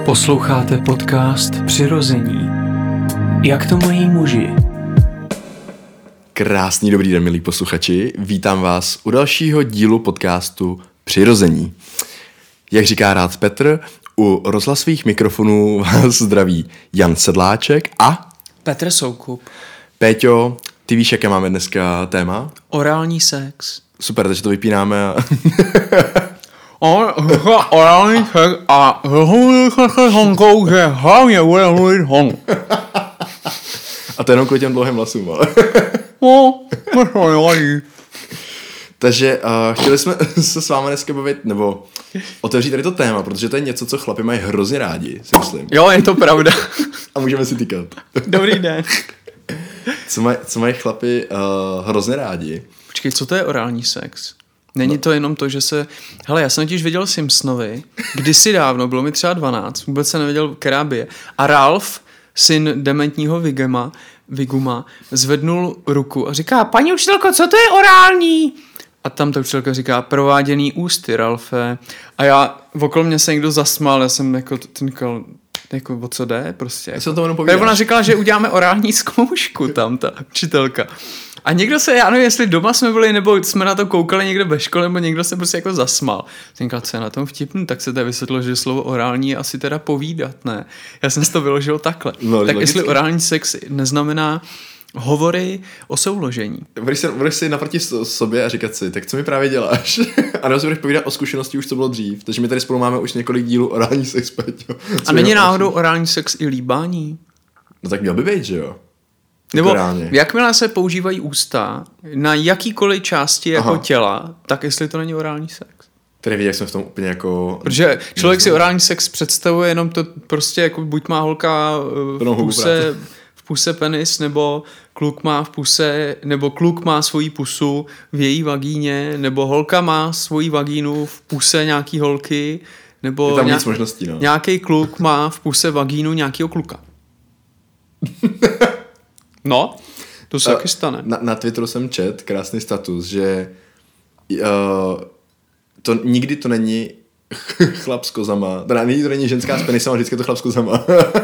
Posloucháte podcast Přirození. Jak to mají muži? Krásný dobrý den, milí posluchači. Vítám vás u dalšího dílu podcastu Přirození. Jak říká rád Petr, u rozhlasových mikrofonů vás zdraví Jan Sedláček a Petr Soukup. Péťo, ty víš, jaké máme dneska téma? Orální sex. Super, takže to vypínáme a... Orální sex a honkou, že hlavně bude mluvit hon. A to jenom kvůli těm dlouhým vlasům, ale... Takže chtěli jsme se s vámi dneska bavit, nebo otevřít tady to téma, protože to je něco, co chlapi mají hrozně rádi, si myslím. Jo, je to pravda. A můžeme si týkat. Dobrý den. Co mají chlapi hrozně rádi? Počkej, co to je orální sex? Není to jenom to, že se... Hele, já jsem totiž viděl Simpsonovi, kdysi dávno, bylo mi třeba 12, vůbec jsem nevěděl, která by je. A Ralph, syn dementního Viguma, zvednul ruku a říká, paní učitelko, co to je orální? A tam ta učitelka říká, prováděný ústy, Ralfe. A já, okolo mě se někdo zasmál, já jsem jako říkal, jako o co jde, prostě. Jako. To jenom ona říkala, že uděláme orální zkoušku tam, ta učitelka. A někdo se, já nevím, jestli doma jsme byli, nebo jsme na to koukali někde ve škole, nebo někdo se prostě jako zasmál. Říkal, co je na tom vtipný, tak se tady vysvětlilo, že slovo orální je asi teda povídat, ne? Já jsem si to vyložil takhle. No, tak jestli orální sex neznamená hovory o souložení. Budeš si naproti sobě a říkat si, tak co mi právě děláš? A nebo si budeš povídat o zkušenosti už, co bylo dřív. Takže my tady spolu máme už několik dílů orální sex, Peťo. A není náhodou orální sex i líbání? No tak měl by být, že jo? Nebo jakmile se používají ústa na jakýkoliv části jako těla, tak jestli to není orální sex. Tady vidí, jak jsme v tom úplně jako... Protože člověk si orální sex představuje jenom to prostě jako buď má holka v puse penis, nebo kluk má v puse, nebo kluk má svoji pusu v její vagíně, nebo holka má svoji vagínu v puse nějaký holky, nebo tam víc možností, no. Nějaký kluk má v puse vagínu nějakýho kluka. No, to se taky stane. Na Twitteru jsem čet krásný status, že to nikdy to není chlap s kozama. Teda nikdy to není ženská s penisem, ale vždycky je to chlap s kozama.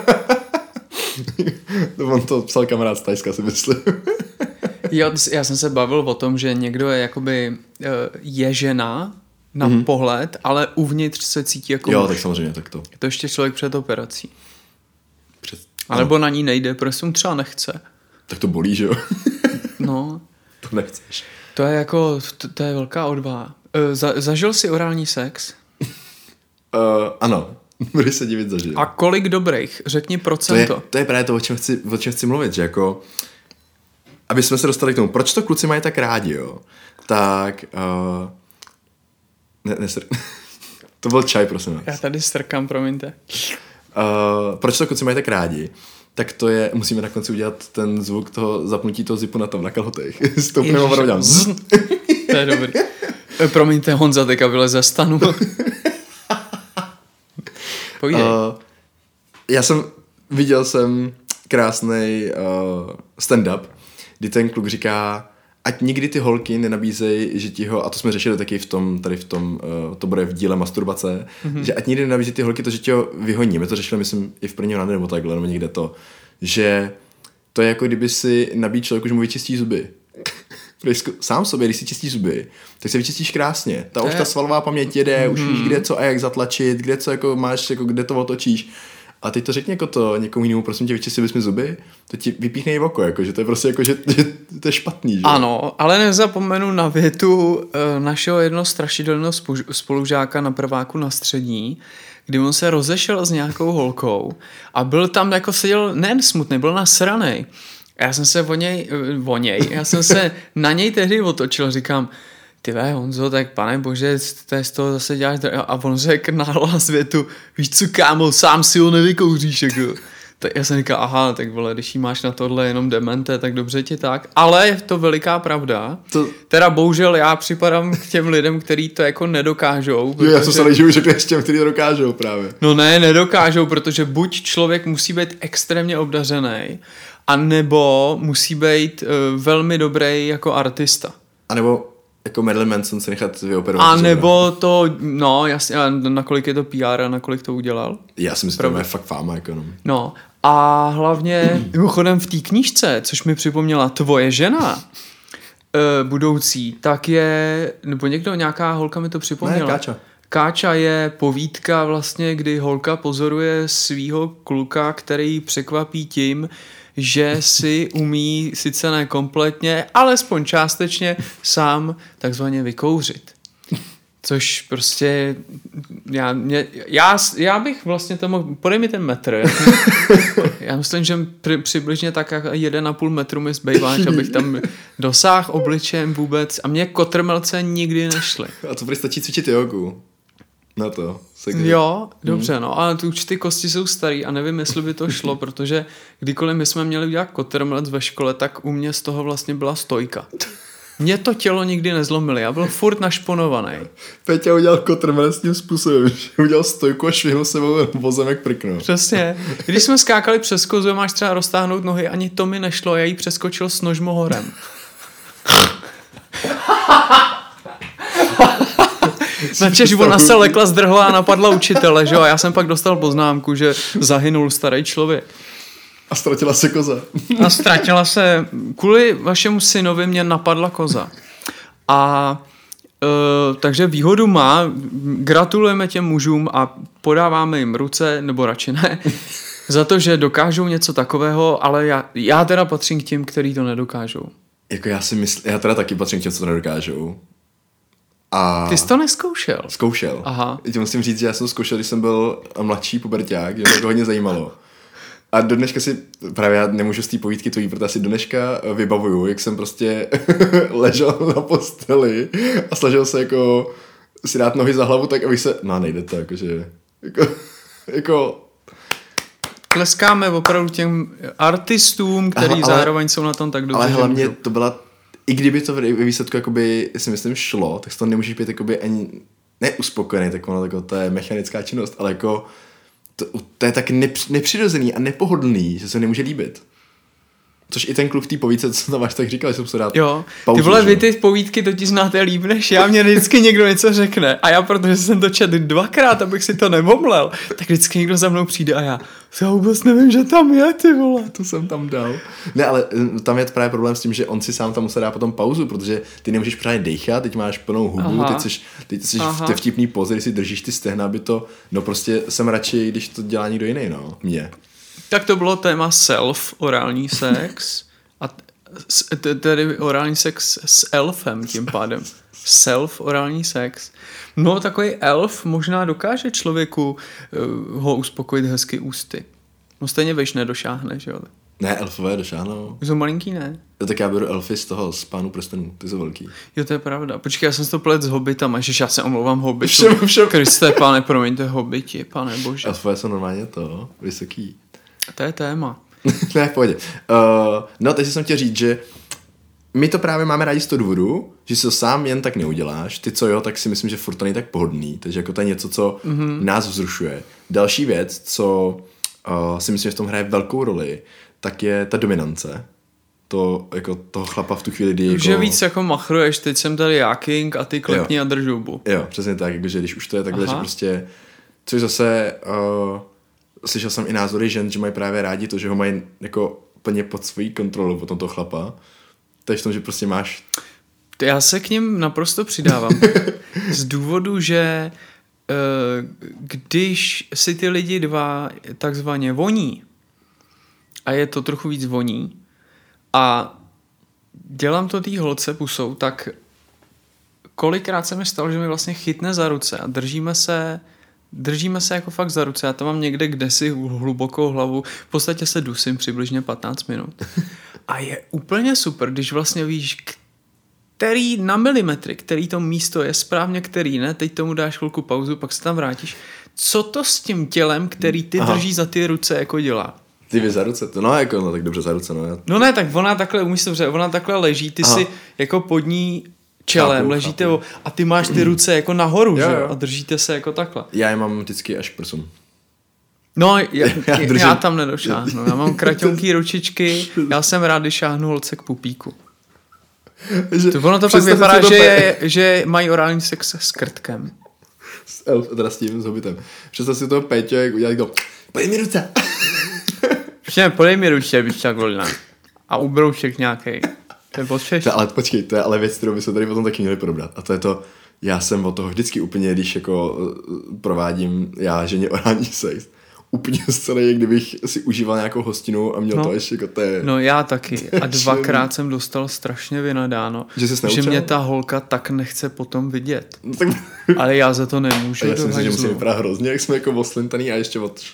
On to psal kamarád z Tajska, si myslím. Jo, já jsem se bavil o tom, že někdo je jakoby je žena na pohled, ale uvnitř se cítí jako jo, muž. Tak samozřejmě, tak to. Je to ještě člověk před operací. A nebo na ní nejde, protože se mu třeba nechce. Tak to bolí, že jo? No. To nechceš. To je jako, to je velká odvaha. Zažil jsi orální sex? Ano. Budeš se divit, zažil. A kolik dobrých? Řekni procento. To je právě to, o čem chci mluvit, že jako... Aby jsme se dostali k tomu, proč to kluci mají tak rádi, jo? Tak... To byl čaj, prosím vás. Já tady strkám, promiňte. Proč to kluci mají tak rádi? Tak to je, musíme na konci udělat ten zvuk toho zapnutí toho zipu na tom, na kalhotech. To úplně udělám. To je dobrý. Promiňte, Honza teďka vyleze z stanu. Povídej. Viděl jsem krásný stand-up, kdy ten kluk říká, ať nikdy ty holky nenabízejí, že ti ho, a to jsme řešili taky to bude v díle masturbace, že ať nikdy nenabízejí ty holky to, že ti ho vyhoní. My to řešili, myslím, i v prvním rande nebo takhle, nebo někde to, že to je jako kdyby si nabíj člověku, že mu vyčistí zuby. Sám sobě, když si čistíš zuby, tak se vyčistíš krásně. Už ta svalová paměť jede, už víš, kde co a jak zatlačit, kde co jako máš, jako kde to otočíš. A teď to řekni jako to někomu jinému, prosím tě, vyčistili bys mi zuby, to ti vypíchne i oko, jako, že to je prostě jako, že to je špatný. Že? Ano, ale nezapomenu na větu našeho jednoho strašidelného spolužáka na prváku na střední, kdy on se rozešel s nějakou holkou a byl tam, jako seděl, nejen smutný, byl nasranej. Já jsem se já jsem se na něj tehdy otočil, říkám, ty Honzo, tak pane bože, to je z toho zase děláš, a on řekl nahlas větu, víš co kámo, sám si ho nevykouříš, jako. Tak já jsem říkal, aha, tak vole, když jí máš na tohle jenom demente, tak dobře ti tak, ale je to veliká pravda. Teda bohužel já připadám k těm lidem, kteří to jako nedokážou. Protože... Já jsem se že už řekneš těm, kteří to dokážou právě. No ne, nedokážou, protože buď člověk musí být extrémně obdařený, a nebo musí být velmi dobrý jako artista. A nebo jako Marilyn Manson se nechat vyoperovat. A nebo to, no jasně, a nakolik je to PR a nakolik to udělal? Já si myslím, že to je fakt fáma jako no. No a hlavně mimochodem v té knížce, což mi připomněla tvoje žena budoucí, tak je, nebo nějaká holka mi to připomněla. Ne, Káča. Káča je povídka vlastně, kdy holka pozoruje svýho kluka, který překvapí tím, že si umí sice ne kompletně, alespoň částečně sám takzvaně vykouřit. Což prostě já bych vlastně to mohl, podej mi ten metr. Já myslím, že přibližně tak 1,5 metru mi zbývá, že abych tam dosáhl obličejem vůbec a mě kotrmelce nikdy nešly. A to prý stačí cvičit jogu. Na to. Jo, dobře, no, ale už ty kosti jsou starý a nevím, jestli by to šlo, protože kdykoliv my jsme měli udělat kotrmelec ve škole, tak u mě z toho vlastně byla stojka. Mě to tělo nikdy nezlomilo, já byl furt našponovaný. Peťa udělal kotrmelec tím způsobem, že udělal stojku a švihnul sebou vozem jak prkno. Přesně. Když jsme skákali přes kozu a máš třeba roztáhnout nohy, ani to mi nešlo, já jí přeskočil s nožmohorem. Načež ona se lekla, zdrhla a napadla učitele, že jo? A já jsem pak dostal poznámku, že zahynul starý člověk. A ztratila se koza. A ztratila se, kvůli vašemu synovi mě napadla koza. A takže výhodu má, gratulujeme těm mužům a podáváme jim ruce, nebo radši ne, za to, že dokážou něco takového, ale já teda patřím k těm, kteří to nedokážou. Jako já teda taky patřím k těm, co to nedokážou. A ty jsi to neskoušel? Zkoušel. Aha. Já musím říct, že já jsem zkoušel, když jsem byl mladší puberťák, že mě to hodně zajímalo. A do dneška si, právě já nemůžu z té povídky tvojí, protože si do dneška vybavuju, jak jsem prostě ležel na posteli a snažil se jako si dát nohy za hlavu tak, abych se, no nejde to, jakože, jako Tleskáme opravdu těm artistům, kteří zároveň jsou na tom tak dobře. Ale hlavně to byla, i kdyby to ve výsledku jakoby, si myslím, šlo, tak to nemůžeš být jakoby ani neuspokojený, tak ono, jako, to je mechanická činnost, ale jako to je tak nepřirozený a nepohodlný, že se nemůže líbit. Což i ten kluk v té povídce, co tam máš tak říkal, že jsem se dát pauzu. Ty vole, vy ty povídky totiž znáte líp než já, mě vždycky někdo něco řekne a já, protože jsem to četl 2krát, abych si to nevomlel, tak vždycky někdo za mnou přijde a já vůbec nevím, že tam je, ty vole. To jsem tam dal. Ne, ale tam je právě problém s tím, že on si sám tam musel dát potom pauzu, protože ty nemůžeš pořádně dejchat, teď máš plnou hubu, teď jsi v té vtipný poze, když si držíš ty stehna, aby to, no prostě jsem radši, když to dělá někdo jiný, no, mě. Tak to bylo téma orální sex a tedy orální sex s elfem tím pádem. Orální sex. No takový elf možná dokáže člověku ho uspokojit hezky ústy. No stejně veš nedošáhne, že jo? Ne, elfové došáhnou. Jsou malinký, ne? No, tak já beru elfy z toho, z Pánu prstenů, ty jsou velký. Jo, to je pravda. Počkej, já jsem to plet s hobitama, že já se omlouvám hobitu. Všem. Kriste, pane, promiňte, hobiti, pane bože. Elfové jsou normálně to, vysoký. To je téma. Ne, v pohodě. No, teď jsem chtěl říct, že my to právě máme rádi z toho důvodu, že si to sám jen tak neuděláš. Ty co jo, tak si myslím, že furt to není tak pohodlný. Takže jako to je něco, co nás vzrušuje. Další věc, co si myslím, že v tom hraje velkou roli, tak je ta dominance. To, jako toho chlapa v tu chvíli, kdy že víc jako machruješ, teď jsem tady já king a ty klepni a drž hubu. Jo, přesně tak, jakože když už to je takhle, že prostě, což zase slyšel jsem i názory žen, že mají právě rádi to, že ho mají jako plně pod svojí kontrolou potom toho chlapa. Takže v tom, že prostě máš... Já se k ním naprosto přidávám. Z důvodu, že když si ty lidi dva takzvaně voní a je to trochu víc voní a dělám to té holce pusou, tak kolikrát se mi stalo, že mi vlastně chytne za ruce a držíme se jako fakt za ruce. Já tam mám někde kdesi hlubokou hlavu. V podstatě se dusím přibližně 15 minut. A je úplně super, když vlastně víš, který na milimetry, který to místo je správně, který ne. Teď tomu dáš chvilku pauzu, pak se tam vrátíš. Co to s tím tělem, který ty drží za ty ruce, jako dělá? Ty za ruce, to no jako, no tak dobře za ruce, no. No ne, tak ona takhle, umíš to dobře, ona takhle leží, ty si jako pod ní čelem, ležíte a ty máš ty ruce jako nahoru, že? A držíte se jako takhle. Já je mám vždycky až k prsům. No, já tam nedošáhnu. Já mám kratonký ručičky, já jsem rád, když šáhnu holce k pupíku. To ono to pak vypadá, že mají orální sex s krtkem. Teda s tím, s hobitem. Představ si toho Péťo, jak udělali to, podej mi ruce. Podej mi ruce, byš tak volná. A ubroušek nějakej. To je potřeš. Ale počkej, to je ale věc, kterou bychom tady potom taky měli probrat. A to je to, já jsem od toho vždycky úplně, když jako provádím já ženě orální sex, úplně zcela, jak kdybych si užíval nějakou hostinu a měl to ještě jako té... No já taky. A 2krát jsem dostal strašně vynadáno, že mě ta holka tak nechce potom vidět. No, tak... Ale já za to nemůžu. Já si myslím, že musím vypadat hrozně, jak jsme jako oslintaný a ještě od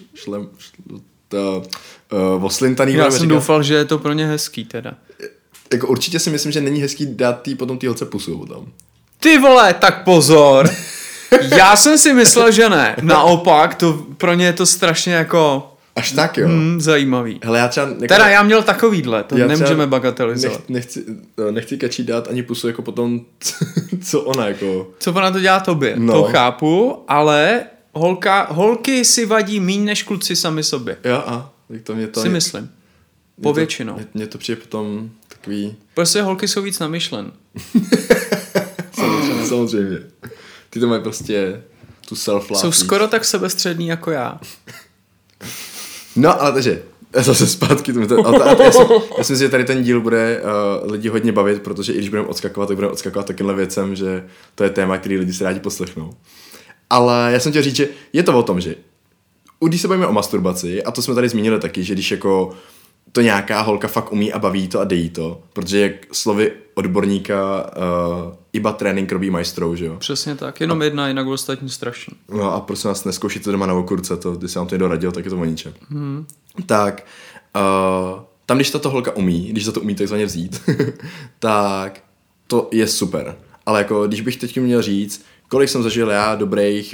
oslintaný. Já jsem doufal, že je to pro ně hezký teda. Jako určitě si myslím, že není hezký dát potom ty holce pusu potom. Ty vole, tak pozor. Já jsem si myslel, že ne. Naopak, to pro ně je to strašně jako... Až tak, jo. Zajímavý. Hele, já třeba... Jako, teda já měl takovýhle, to nemůžeme bagatelizovat. Nechci kačí dát ani pusu jako potom, co ona jako... Co ona to dělá tobě, to chápu, ale holky si vadí míň než kluci sami sobě. Jo, a tak to mě to... Si myslím. Povětšinou. Mně to přijde potom takový... Prostě holky jsou víc namyšlen. Samozřejmě. Ty to mají prostě tu self-love. Jsou skoro tak sebestřední jako já. No, ale takže, zase zpátky. Já si myslím, že tady ten díl bude lidi hodně bavit, protože i když budeme odskakovat, tak budeme odskakovat takovýmhle věcem, že to je téma, který lidi si rádi poslechnou. Ale já jsem chtěl říct, že je to o tom, že když se bavíme o masturbaci, a to jsme tady zmínili taky, že když jako to nějaká holka fakt umí a baví to a dejí to, protože jak slovy odborníka iba trénink robí majstrou, že jo? Přesně tak, jenom jedna, jinak ostatní strašný. No a prosím vás, nezkoušíte doma na okurce, to, když se vám to někdo radil, tak je to o ničem. Tak, tam když tato holka umí, když za to umí takzvaně vzít, tak to je super. Ale jako, když bych teď měl říct, kolik jsem zažil já dobrých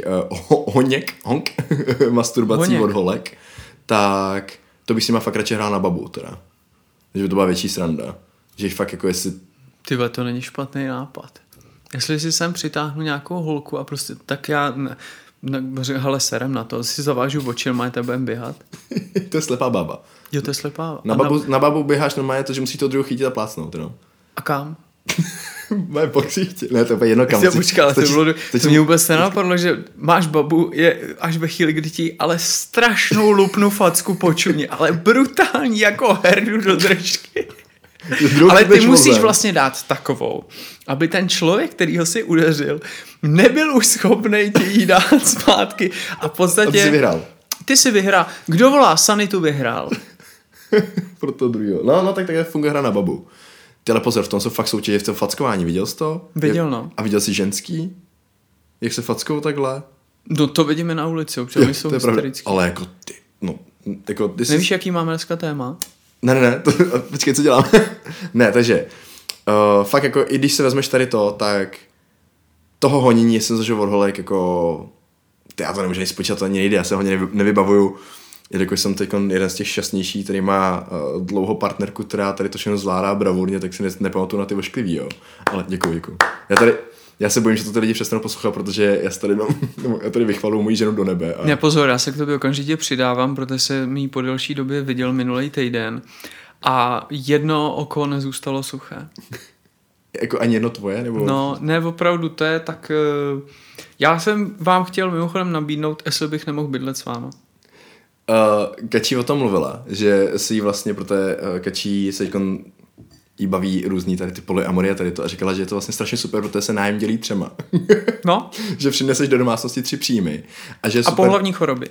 masturbací od holek, tak to bych si má fakt radši hrál na babu, teda. Že by to byla větší sranda. Že fakt jako jestli... Tyhle, to není špatný nápad. Jestli si sem přitáhnu nějakou holku a prostě tak já... hele, serem na to, si zavážu očima a budem běhat. To je slepá baba. Jo, to je slepá. Na babu běháš normálně to, že musí to druhou chytit a plácnout, no. A kam? Moje pokřichtě. Ne, to je jedno kam. To mě vůbec nenapadlo, že máš babu, je až ve chvíli, kdy ti ale strašnou lupnu facku počuně, ale brutální jako herdu do držky. Ale ty musíš vlastně dát takovou, aby ten člověk, který ho si udeřil, nebyl už schopnej ti jí dát zpátky a v podstatě... A ty jsi vyhrál. Ty jsi vyhrál. Kdo volá? Sanitu vyhrál. Pro to druhýho. No, tak funguje hra na babu. Ty ale pozor, v tom jsou fakt soutěže v tom fackování. Viděl jsi to? Viděl, no. A viděl jsi ženský? Jak se fackou takhle? No to vidíme na ulici, občas jsou hysterický. Ale jako ty, no, jako... Nevíš, jaký máme dneska téma? Ne, počkej, co dělám? Ne, takže, fakt jako, i když se vezmeš tady to, tak toho honění jsem zažil od holek jako, já to nemůžu ani spočítat, to ani nejde, já se hodně nevybavuju, jelikož jsem teď jeden z těch šťastnější, který má dlouhou partnerku, která tady to všechno zvládá bravurně, tak si nepamatuju na ty ošklivý, jo. Ale děkuju. Já se bojím, že to ty lidi přestanou poslouchat, protože já tady vychvaluju moji ženu do nebe. A... Ne, pozor, já se k tobě okamžitě přidávám, protože jsem jí po delší době viděl minulý týden a jedno oko nezůstalo suché. Jako ani jedno tvoje? Nebo... No, ne, opravdu, to je tak... Já jsem vám chtěl mimochodem nabídnout, jestli bych nemohl bydlet s váma. Kačí o tom mluvila, že si jí vlastně, protože Kačí se jí baví různý tady ty polyamorie tady to a říkala, že je to vlastně strašně super, protože se nájem dělí 3. No. Že přineseš do domácnosti 3 příjmy. A pohlavní choroby.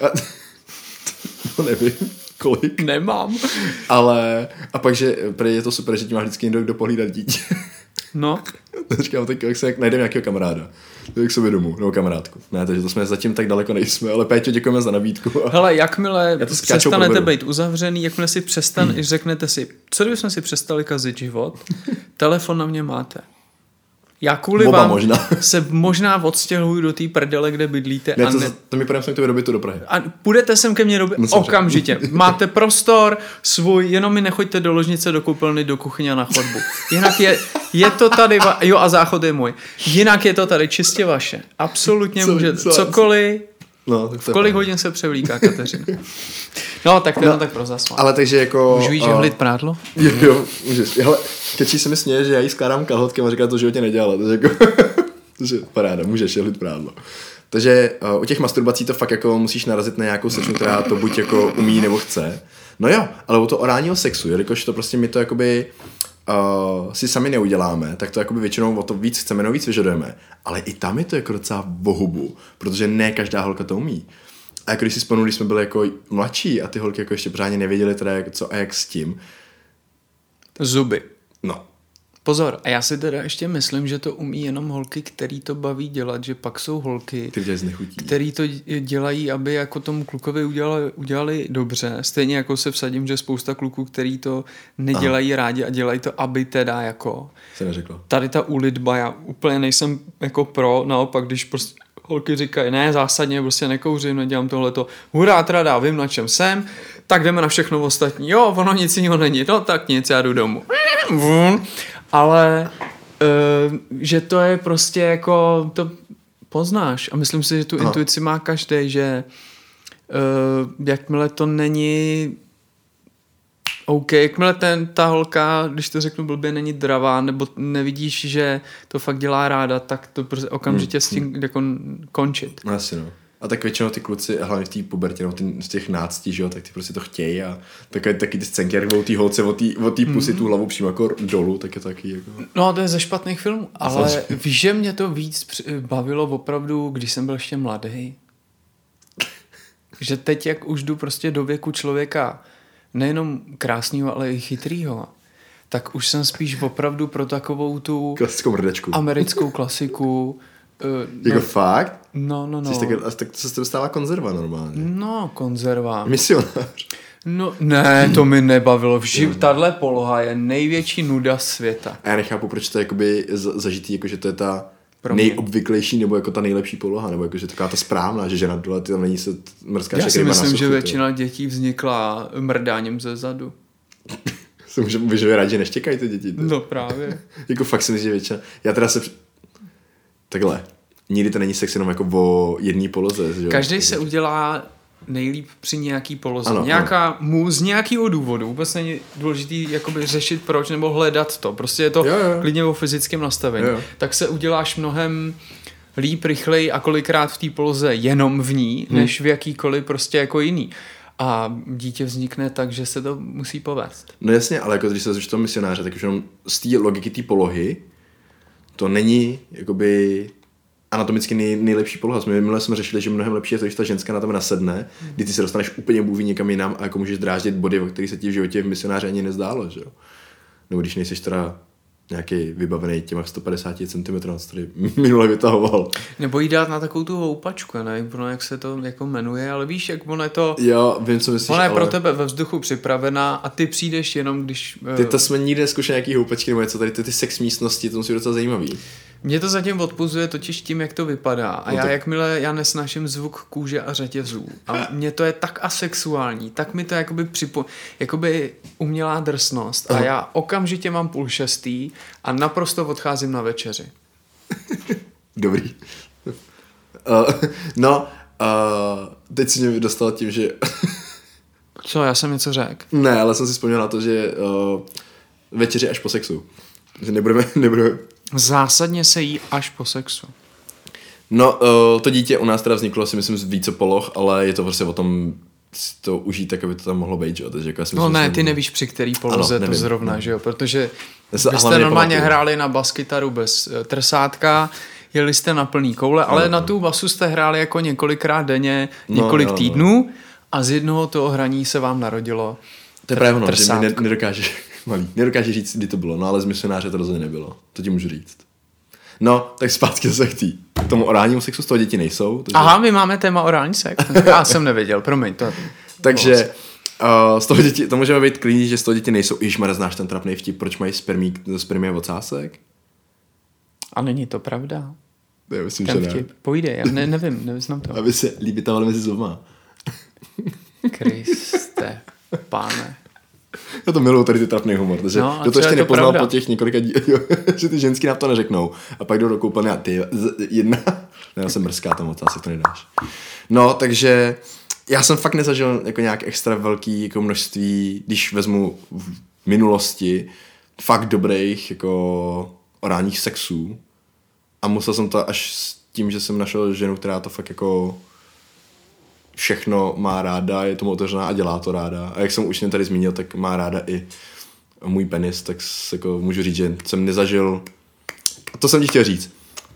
To nevím, kolik. Nemám. Ale, a pak, že je to super, že ti máš vždycky někdo, kdo pohlídat dítě. No. Říkám, tak jak se najdeme nějakého kamaráda. Tak sobě domů, nebo kamarádku. Ne, takže to jsme zatím tak daleko nejsme, ale Péťo, děkujeme za nabídku. Hele, jakmile přestanete být uzavřený, jakmile si řeknete si, co kdybychom si přestali kazit život, telefon na mě máte. Já kvůli Boba vám možná. Se možná odstěhuju do té prdele, kde bydlíte. Ne, to mi půjdeme sem k tobě do bytu do Prahy. A půjdete sem ke mně okamžitě. Máte prostor svůj, jenom mi nechoďte do ložnice, do koupelny, do kuchyně a na chodbu. Jinak je to tady, jo a záchod je můj. Jinak je to tady čistě vaše. Absolutně můžete. Cokoliv. No, v kolik hodin se převlíká Kateřina? No, tak to jenom tak pro zasmát. Ale takže jako... Můžu jí žehlit prádlo? Jo, můžeš. Hele, Kečí se mi směje, že já jí skládám kalhotky a říká to, že životě nedělala. Takže jako... takže paráda, můžeš žehlit prádlo. Takže u těch masturbací to fakt jako musíš narazit na nějakou slečnu, která to buď jako umí nebo chce. No jo, ale u toho orálního sexu, jelikož to prostě my to jakoby si sami neuděláme, tak to jakoby většinou o to víc chceme, no víc vyžadujeme. Ale i tam je to jako docela bohubu, protože ne každá holka to umí. A jako když si vzpomenu, když jsme byli jako mladší a ty holky jako ještě pořádně nevěděli teda jak, co a jak s tím. Zuby. No. Pozor, a já si teda ještě myslím, že to umí jenom holky, který to baví dělat, že pak jsou holky, který to dělají, aby jako tomu klukovi udělali dobře. Stejně jako se vsadím, že spousta kluků, který to nedělají rádi a dělají to, aby teda jako... Se neřeklo. Tady ta úlitba, já úplně nejsem jako pro, naopak, když prostě holky říkají, ne, zásadně prostě nekouřím, nedělám tohleto, hurá, trada, vím, na čem jsem, tak jdeme na všechno ostatní, jo, ono nic jiného není, no tak nic, já jdu domů. Ale že to je prostě jako, to poznáš a myslím si, že tu intuici má každý, že jakmile to není OK, jakmile ta holka, když to řeknu blbě, není dravá, nebo nevidíš, že to fakt dělá ráda, tak to prostě okamžitě s tím jako končit. Asi no. A tak většinou ty kluci, hlavně v té pubertě, no, z těch náctí, že jo, tak ty prostě to chtějí a taky ty scénky, jak ty holce od té pusy tu hlavu přímo jako dolů, tak je to taky jako... No to je ze špatných filmů, ale víš, že mě to víc bavilo opravdu, když jsem byl ještě mladý. Že teď, jak už jdu prostě do věku člověka nejenom krásného, ale i chytrýho, tak už jsem spíš opravdu pro takovou tu klasickou mrdačku. Americkou klasiku. Jako fakt? No. Tak to se dostává konzerva normálně. No, konzerva. Misionář. No, ne, to mi nebavilo. Tahle poloha je největší nuda světa. A já nechápu, proč to je jakoby zažitý, jako že to je ta nejobvyklejší, nebo jako ta nejlepší poloha, nebo jako že taková ta správná, že žena dole, ty tam není se mrská. Já si myslím, že většina dětí vznikla mrdáním ze zadu. Se můžeme rád, že neštěkají ty děti. No právě. Jako fakt si myslím, že většina. Já teda takhle. Nikdy to není sex jenom jako o jedné poloze. Že? Každý se udělá nejlíp při nějaký poloze. Ano. Z nějakého důvodu. Vůbec není důležitý jakoby řešit proč nebo hledat to. Prostě je to klidně o fyzickém nastavení. Jo. Tak se uděláš mnohem líp, rychleji a kolikrát v té poloze jenom v ní, než v jakýkoliv prostě jako jiný. A dítě vznikne tak, že se to musí povést. No jasně, ale jako když se vezmeš toho misionáře, tak už jenom z té logiky té polohy to není jakoby anatomicky nejlepší poloha. Minule jsme řešili, že mnohem lepší je to, když ta ženská na tebe nasedne, kdy ty se dostaneš úplně bůví někam jinam a jako můžeš dráždit body, o kterých se ti v životě v misionáři ani nezdálo, že jo. Nebo když nejseš teda nějaký vybavený těma 150 cm, co tady minule vytahoval. Nebo jí dát na takovou tu houpačku, nevím, jak se to jako jmenuje, ale víš, jak ono je to... Jo, vím, co myslíš, ona je pro tebe ve vzduchu připravená a ty přijdeš jenom, když... Ty to jsme nikdy neskušeli nějaký houpačky, nebo něco tady, ty sex místnosti, to musí být docela zajímavý. Mě to zatím odpuzuje totiž tím, jak to vypadá. A jakmile já nesnáším zvuk kůže a řetězů. A mně to je tak asexuální, tak mi to jakoby umělá drsnost. A já okamžitě mám 5:30 a naprosto odcházím na večeři. Dobrý. Teď si mě dostal tím, že... Co, já jsem něco řekl? Ne, ale jsem si vzpomněl na to, že večeři až po sexu. Že nebudeme... Zásadně se jí až po sexu. No, to dítě u nás teda vzniklo, si myslím, z více poloh, ale je to prostě o tom to užít tak, aby to tam mohlo být, že jo? Takže jako no ne, ty nevíš, při který poloze to zrovna, že jo? Protože byste normálně hráli na baskytaru bez trsátka, jeli jste na plný koule, ale na tu basu jste hráli jako několikrát denně, několik týdnů a z jednoho toho hraní se vám narodilo to je právě ono, že mi nedokáže říct, kdy to bylo, no ale z misionáře to rozhodně nebylo, to ti můžu říct. No, tak zpátky se k tomu orálnímu sexu, z toho děti nejsou. Takže... Aha, my máme téma orální sex. Já jsem nevěděl, promiň. Takže z toho děti, to můžeme být klidní, že z toho děti nejsou. Ježmar, znáš ten trapnej vtip, proč mají spermie ocásek? A není to pravda? Já myslím, ten že vtip. Pojde, já nevím, neznám to. Aby se líbitávali mezi zubama. Kriste, páne. Já to miluju tady ty trapný humor, takže kdo to ještě nepoznal po těch několika že ty ženský nám to neřeknou a pak jdou do koupelny a ty jedna, já jsem mrzká tam ocásek, to nedáš. No, takže já jsem fakt nezažil jako nějak extra velký jako množství, když vezmu v minulosti, fakt dobrých jako orálních sexů a musel jsem to až s tím, že jsem našel ženu, která to fakt jako všechno má ráda, je tomu otevřená a dělá to ráda. A jak jsem už tady zmínil, tak má ráda i můj penis, tak jako můžu říct, že jsem nezažil, to jsem ti chtěl říct.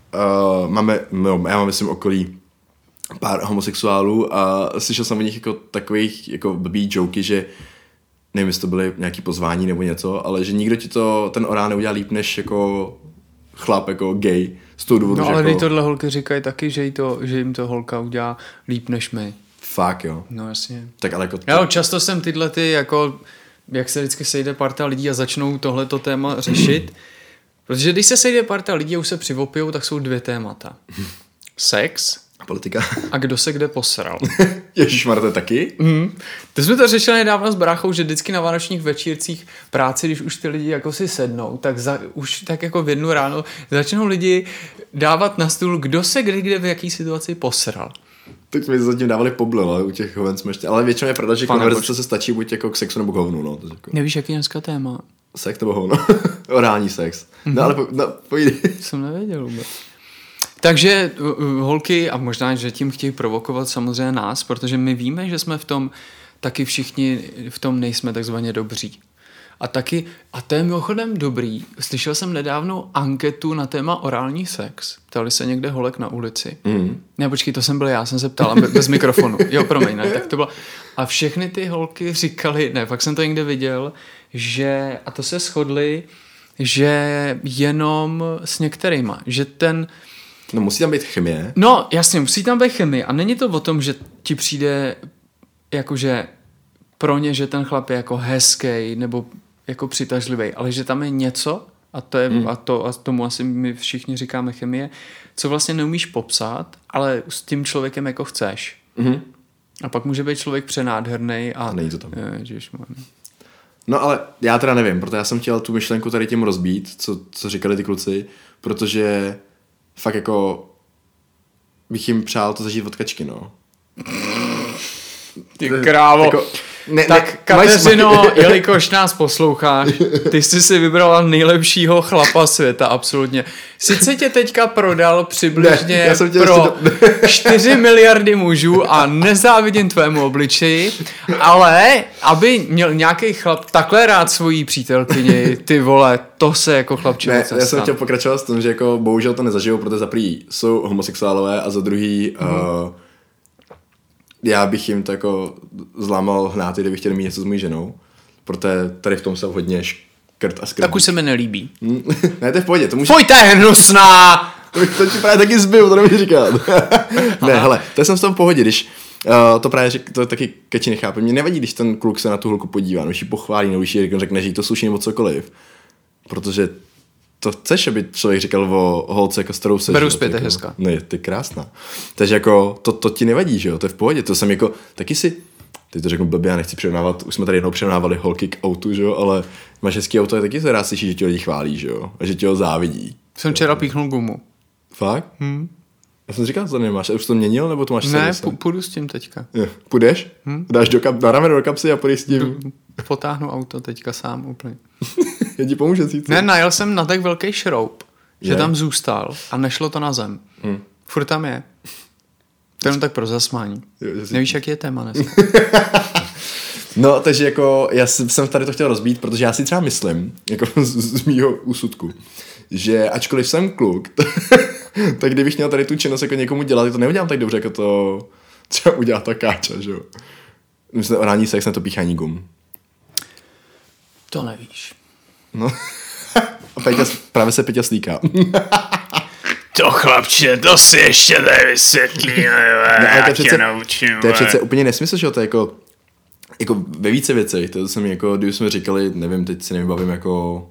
Já mám ve svém okolí pár homosexuálů a slyšel jsem o nich jako takových jako blbý joky, že nevím, jestli to byly nějaký pozvání nebo něco, ale že nikdo ti to ten orál neudělá líp než jako chlap, jako gay. Z toho důvodu, no ale jako... tohle holky říkají taky, že jim to holka udělá líp než my. Fakt jo. No jasně. Tak ale jako... Jo, často jsem tyhle ty jako, jak se vždycky sejde parta lidí a začnou tohleto téma řešit, protože když se sejde parta lidí a už se přivopijou, tak jsou 2 témata. Sex a politika. A kdo se kde posral. Ježišmarja, to taky? To jsme to řešili nedávno s bráchou, že vždycky na vánočních večírcích práci, když už ty lidi jako si sednou, tak už tak jako v 1 ráno začnou lidi dávat na stůl, kdo se kde v jaký situaci posral. Tak jsme zatím dávali poblil, ale u těch hoven jsme ještě... Ale většinou je pravda, že konverzace se stačí buď jako k sexu nebo k hovnu, no. Jako... Nevíš, jaký dneska téma? Sex nebo hovno? Orální sex. No ale pojď. Jsem nevěděl vůbec. Takže holky, a možná, že tím chtějí provokovat samozřejmě nás, protože my víme, že jsme v tom taky všichni v tom nejsme takzvaně dobří. A to je mimochodem dobrý. Slyšel jsem nedávno anketu na téma orální sex. Ptali se někde holek na ulici. Ne, počkej, to jsem byl já, jsem se ptal bez mikrofonu. Jo, promiň, ne, tak to bylo. A všechny ty holky říkali, ne, pak jsem to někde viděl, že, a to se shodli, že jenom s některýma, že ten... No musí tam být chemie. No, jasně, musí tam být chemie. A není to o tom, že ti přijde jakože pro ně, že ten chlap je jako hezký nebo jako přitažlivý, ale že tam je něco, a to je a tomu asi my všichni říkáme chemie, co vlastně neumíš popsat, ale s tím člověkem jako chceš. A pak může být člověk přenádherný a není to tam. No ale já teda nevím, protože já jsem chtěl tu myšlenku tady tím rozbít, co říkali ty kluci, protože fakt jako bych jim přál to zažít od Kačky, no. Ty krávo. Jako, tak Kateřino, jelikož nás posloucháš, ty jsi si vybrala nejlepšího chlapa světa, absolutně. Sice tě teďka prodal přibližně pro 4 miliardy mužů a nezávidím tvému obličeji, ale aby měl nějaký chlap takhle rád svojí přítelkyni, ty vole, to se jako chlapče moc já jsem chtěl pokračovat s tím, že jako bohužel to nezažijou, protože za prvý jsou homosexuálové a za druhý já bych jim to jako zlámal hnáty, kdybych chtěl mít něco s mojí ženou, protože tady v tom jsou hodně škrt a skrt. Tak už se mi nelíbí. Ne, to je v pohodě. Pojďte, hnusná! To ti právě taky zbyl, to nemůžu říkat. Ne, hele, to jsem v tom v pohodě, když to právě to taky Keči nechápe. Mě nevadí, když ten kluk se na tu holku podívá, když ji pochválí, nebo když jí řekne, že jí to sluší nebo cokoliv. Protože to chceš, aby člověk říkal o holce, jako starou se. Beru zpět, jako, je hezká. Ne, ty krásná. Takže jako to ti nevadí, že jo, to je v pohodě. To jsem jako, taky si, teď to řeknu blbě, já nechci přirovnávat, už jsme tady jednou přirovnávali holky k autu, že jo, ale máš hezký auto, a taky se rád slyší, že ti lidi chválí, že jo, a že ti ho závidí. Jsem včera píchnul gumu. Fakt? Já jsem říkal, že to nemáš, a už to měnil, nebo to máš ne, půjdu s tím teďka. Jo. Půjdeš? Dáš na rameno do kapsy a půjdeš s tím? Potáhnu auto teďka sám úplně. Já ti pomůžu říct. Ne, najel jsem na tak velký šroub, že tam zůstal a nešlo to na zem. Furt tam je. To jenom tak pro zasmání. Nevíš, jaký je téma dneska? No, takže jako já jsem tady to chtěl rozbít, protože já si třeba myslím, jako z mýho úsudku, že ačkoliv jsem kluk, tak kdybych měl tady tu činnost jako někomu dělat, tak to neudělám tak dobře, jako to třeba udělá ta Káča, že jo. Myslím, orální sex na to píchání gum. To nevíš. No. A právě se Peťa slíká. To chlapče, to si ještě nevysvětlí, já tě naučím. To je přece úplně nesmysl, že jo, to je jako ve více věcech, to jsem jako, když jsme říkali, nevím, teď si nevybavím, jako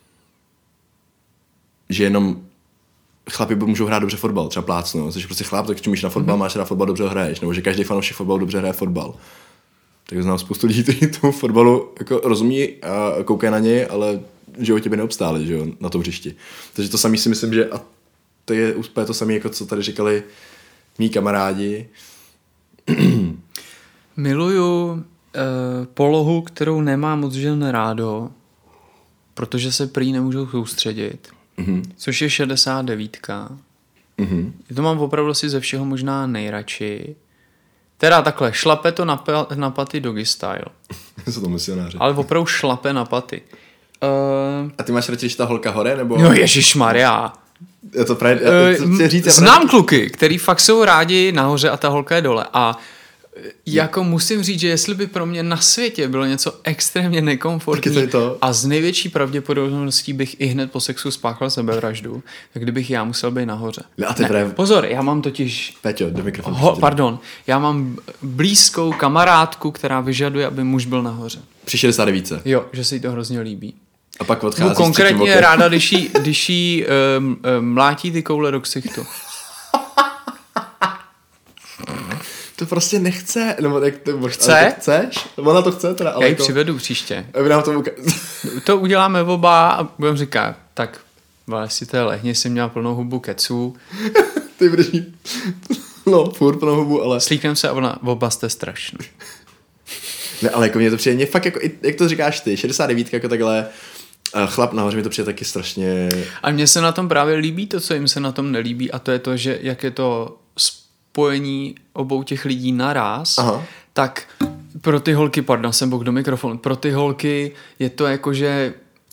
že jenom chlapi můžou hrát dobře fotbal, třeba plácnu, jsi prostě chlap, tak čumíš na fotbal, máš rád fotbal, dobře hraješ, nebo že každý fanoušek fotbalu dobře hraje fotbal. Tak znám spoustu lidí, kteří tomu fotbalu jako rozumí a koukají na něj, ale v životě by neobstáli, že jo, na tom hřišti. Takže to samý si myslím, že a to je úplně to samé, jako co tady říkali mý kamarádi. Miluju polohu, kterou nemá moc žen rádo, protože se prý nemůžou soustředit, což je 69. To mám opravdu si ze všeho možná nejradši. Teda takhle, šlape to na paty doggy style. Jsou to misionáři. Ale opravdu šlape na paty. A ty máš radši, když ta holka hore, nebo? No ježišmarja. Já to právě, chci říct, znám kluky, který fakt jsou rádi nahoře a ta holka je dole. A jako musím říct, že jestli by pro mě na světě bylo něco extrémně nekomfortní a z největší pravděpodobností bych i hned po sexu spáchal sebevraždu, tak kdybych já musel být nahoře. No a ty právě... Pozor, já mám totiž... Peťo, do mikrofonu. Pardon, já mám blízkou kamarádku, která vyžaduje, aby muž byl nahoře. Při 69. Jo, že se jí to hrozně líbí. A pak odchází. Konkrétně je ráda, když jí mlátí ty koule do ksichtu. To prostě nechce. Nebo jak to, chce? To chceš? Ona to chce teda. Ale já ji přivedu příště. Aby nám to to uděláme oba a budeme říkat, tak si to lehně, jsi měla plnou hubu keců. Ty budeš mít, no, furt plnou hubu, ale... Slíknem se a oba jste strašný. Ne, ale jako mě to přijde, fakt jako, jak to říkáš ty, 69 jako takhle, chlap nahoře mi to přijde taky strašně... A mně se na tom právě líbí to, co jim se na tom nelíbí, a to je to, že jak je to spojení obou těch lidí naraz, tak pro ty holky, pardon, jsem bok do mikrofonu, pro ty holky je to jako, že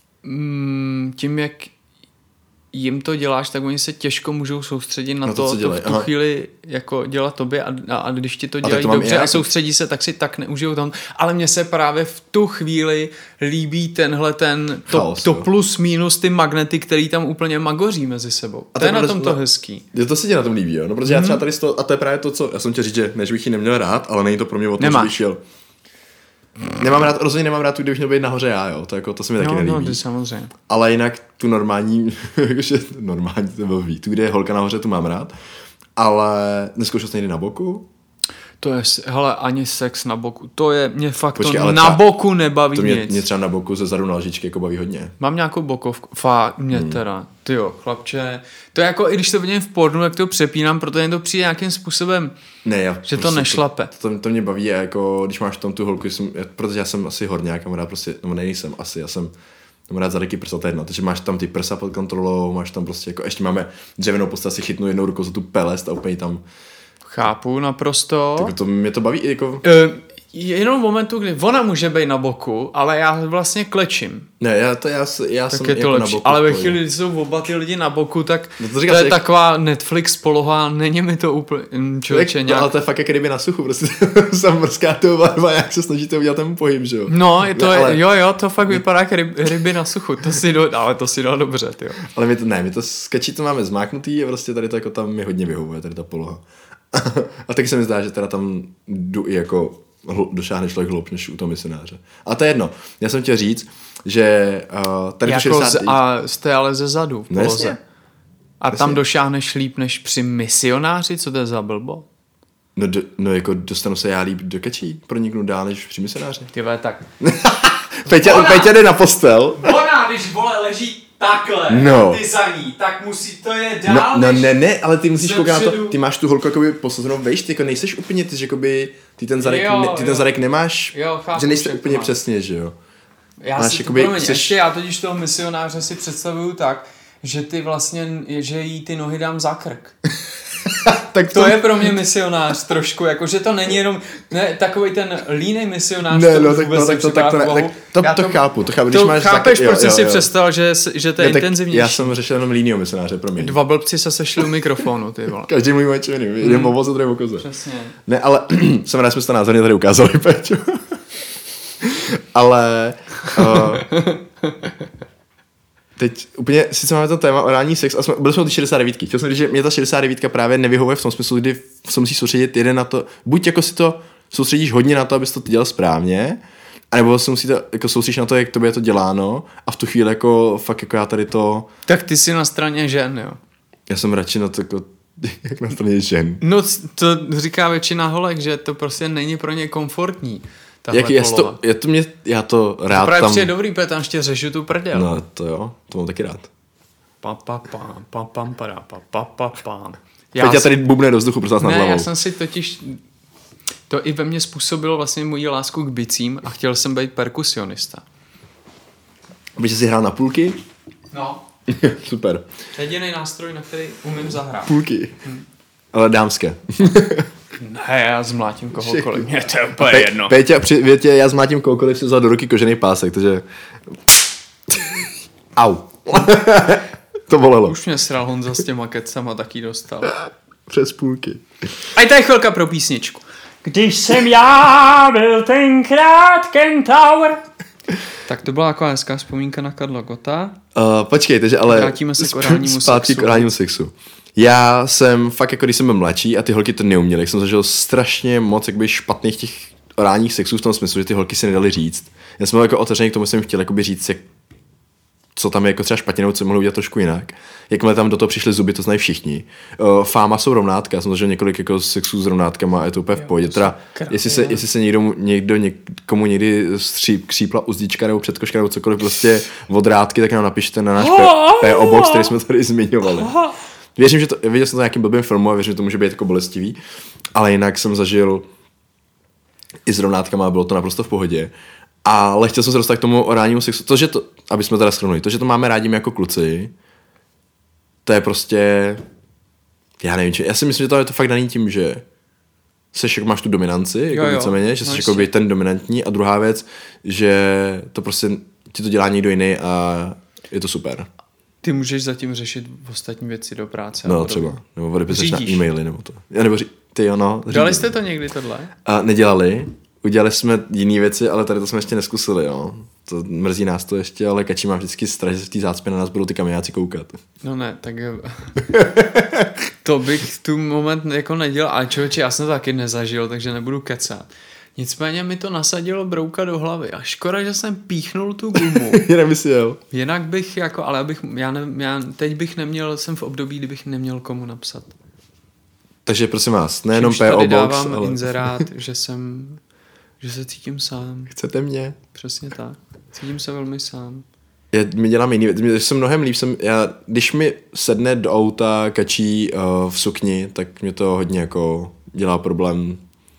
tím, jak jim to děláš, tak oni se těžko můžou soustředit na to v tu chvíli jako dělat tobě a když ti to dělají dobře a soustředí se, tak si tak neužijou tam. Ale mně se právě v tu chvíli líbí tenhle to plus minus ty magnety, který tam úplně magoří mezi sebou. A to je na tom to hezký. To se ti na tom líbí, jo? No, protože já třeba tady a to je právě to, co já jsem tě říct, že než bych ji neměl rád, ale není to pro mě o tom, že bych šel. Rozhodně nemám rád tu, kdybych měl být nahoře já, jo, to se mi taky nelíbí. No, to samozřejmě. Ale jinak tu normální, to byl tu, kde je holka nahoře, tu mám rád, ale neskoušel jsi někdy na boku? To je, hele, ani sex na boku, to je, mě fakt počkej, to na boku nebaví nic. Mě třeba na boku ze zadu na lžičky jako baví hodně. Mám nějakou bokovku, fakt, mě teda, tyjo, chlapče, to je jako, i když to vidím v pornu, jak to přepínám, protože to přijde nějakým způsobem, že prostě to nešlape. To mě baví, jako, když máš tam tu holku, protože já jsem asi horňák, mám rád prostě, no nejsem asi, já jsem rád zadeký prsa, to je jedno, takže máš tam ty prsa pod kontrolou, máš tam prostě, jako, ještě máme dřevěnou postel, si chytnu jednou rukou za tu pelest a úplně tam. Chápu naprosto. Tak to mě to baví jako... Jenom v momentu, kdy ona může být na boku, ale já vlastně klečím. Ne, já jsem je to jako lepší. na boku. Ale ve chvíli, kdy jsou oba ty lidi na boku, tak to je jak... taková Netflix poloha, není mi to úplně člověče nějak... Ale to je fakt jak ryby na suchu, prostě sam mrskáte oba, jak se snažíte udělat ten pohyb, že jo? No, to fakt vypadá jak ryby na suchu, ale to si dal dobře, tyjo. Ale my to sketchy to máme zmáknutý a prostě tady to jako tam mi hodně vyhovuje, tady ta poloha. A taky se mi zdá, že teda tam jako došáhne člověk hloub než u toho misionáře. A to je jedno. Já jsem chtěl říct, že tady jako 60... A jste ale ze zadu v poloze. No, a tam došáhneš líp než při misionáři? Co to je za blbo? No jako dostanu se já líp do kečí, proniknu dál než při misionáři. Tyhle, tak. Peťa jde na postel. Ona, když vole leží takhle, ty za ní, tak musí, to je dál ne, ale ty musíš koukat na to, ty máš tu holku jakoby posazenou vejš, ty jako nejseš úplně, ty jakoby, ty ten zadek nemáš, chápu, že nejste úplně přesně, že jo. Já totiž toho misionáře si představuju tak, že ty vlastně, že jí ty nohy dám za krk. Tak to je pro mě misionář trošku, jako že to není jenom takovej ten línej misionář, to chápu, když máš chápeš, proč jsi si představil, že to je intenzivnější. Já jsem řešil jenom línijou misionáře, pro mě. Dva blbci se sešli u mikrofonu, ty vole. Každý mluví o čem jiným, jeden o voze, druhý o koze. Přesně. Ne, ale jsem rád, jsme to názorně tady ukázali, Peťo. Ale teď úplně, sice máme to téma orální sex, a byli jsme o ty 69. Chtěl jsem říct, že mě ta 69 právě nevyhovuje v tom smyslu, kdy se musí soustředit jeden na to, buď jako si to soustředíš hodně na to, abys to dělal správně, anebo se musíte jako soustředit na to, jak tobě je to děláno a v tu chvíli jako fakt jako já tady to... Tak ty jsi na straně žen, jo? Já jsem radši na to jako, jak na straně žen. No to říká většina holek, že to prostě není pro ně komfortní. Já to rád to právě tam... přijde dobrý, protože tam ještě řešu tu prdel. No to jo, to mám taky rád. Já tady bubne do vzduchu, prostě nás nad hlavou. Já jsem si totiž... To i ve mně způsobilo vlastně moji lásku k bicím a chtěl jsem být perkusionista. Protože jsi hrál na půlky? No. Super. Jediný nástroj, na který umím zahrát. Půlky. Ale dámské. Ne, já zmlátím kohokoliv. Mně to je úplně jedno. Péťa, při větě, já zmlátím kohokoliv, si vzal do ruky kožený pásek, takže... Au. To bolelo. Už mě sral Honza s těma kecama, taky dostal. Přes půlky. A je tady chvilka pro písničku. Když jsem já byl tenkrát kentaur. Tak to byla taková hezká vzpomínka na Karla Gotta. Počkej, takže ale... Vrátíme se k orálnímu zpátky sexu. k orálnímu sexu. Já jsem fakt jako když jsem byl mladší a ty holky to neuměly, jak jsem zažil strašně moc jakoby špatných těch orálních sexů v tom smyslu, že ty holky si nedali říct. Já jsem byl jako otevřený k tomu, jsem chtěl jakoby říct, jak, co tam je jako třeba špatně, nebo co mohli udělat trošku jinak. Jakmile tam do toho přišly zuby, to znají všichni. Fáma jsou rovnátka, já jsem zažil několik jako sexů s rovnátkama a je to úplně v pohodě. Teda, jestli se někdo někomu někdy křípla uzdička nebo předkoška nebo cokoliv prostě od rádky, tak nám napište na náš PO Box, který jsme tady zmiňovali. Věřím, že to, viděl jsem to na nějakým blbým filmu a věřím, že to může být jako bolestivý, ale jinak jsem zažil i s rovnátkama a bylo to naprosto v pohodě. Ale chtěl jsem se dostat k tomu orálnímu sexu, aby jsme teda shrnuli, to, že to máme rádi jako kluci, to je prostě, já nevím, já si myslím, že to je to fakt daný tím, že máš tu dominanci, jako víceméně, že jsi jako být ten dominantní a druhá věc, že to prostě ti to dělá někdo jiný a je to super. Ty můžeš zatím řešit ostatní věci do práce. No třeba, nebo odepiseš na e-maily nebo to. Já nebo ty jo, no. Dělali jste to někdy tohle? A nedělali. Udělali jsme jiné věci, ale tady to jsme ještě neskusili, jo. To mrzí nás to ještě, ale Kačí má vždycky strach, že v té zácpě na nás budou ty kamiáci koukat. No ne, tak to bych tu moment jako nedělal, ale člověče, já jsem to taky nezažil, takže nebudu kecat. Nicméně mi to nasadilo brouka do hlavy a škoda, že jsem píchnul tu gumu. Jinak bych jako, ale já teď bych neměl, jsem v období, kdybych neměl komu napsat. Takže prosím vás, nejenom PO Box, dávám ale... inzerát, že se cítím sám. Chcete mě? Přesně tak. Cítím se velmi sám. My dělám jiný věc. Jsem mnohem líp. Když mi sedne do auta Kačí v sukni, tak mě to hodně jako dělá problém.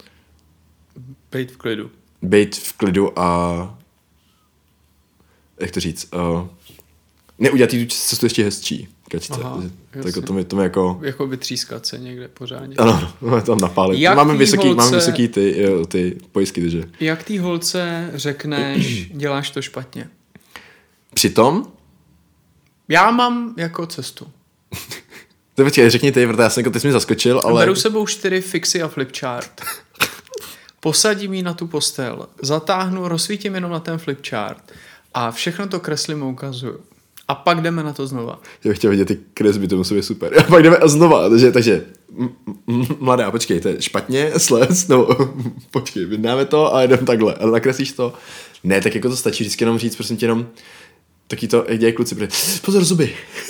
Bejt v klidu a jak to říct, neudělat tu cestu ještě hezčí. Kačce. Tak to mi jako... Jako vytřískat se někde pořádně. Ano, máme tam napálit. Máme vysoký ty pojistky, takže... Jak té holce řekneš, děláš to špatně? Přitom? Já mám jako cestu. To počkej, řekni ty, protože já jsem jako ty jsi mi zaskočil, ale... Beru sebou 4 fixy a flipchart. Posadím ji na tu postel, zatáhnu, rozsvítím jenom na ten flipchart a všechno to kreslím a ukazuju. A pak jdeme na to znova. Já bych chtěl vidět ty kresby, to musí být super. A pak jdeme a znova, takže mladá, počkej, to je špatně, sles, no, počkej, vydáme to a jdeme takhle. A nakreslíš to. Ne, tak jako to stačí vždycky jenom říct, prosím tě jenom, taky to, jak dělají kluci, pozor, zuby.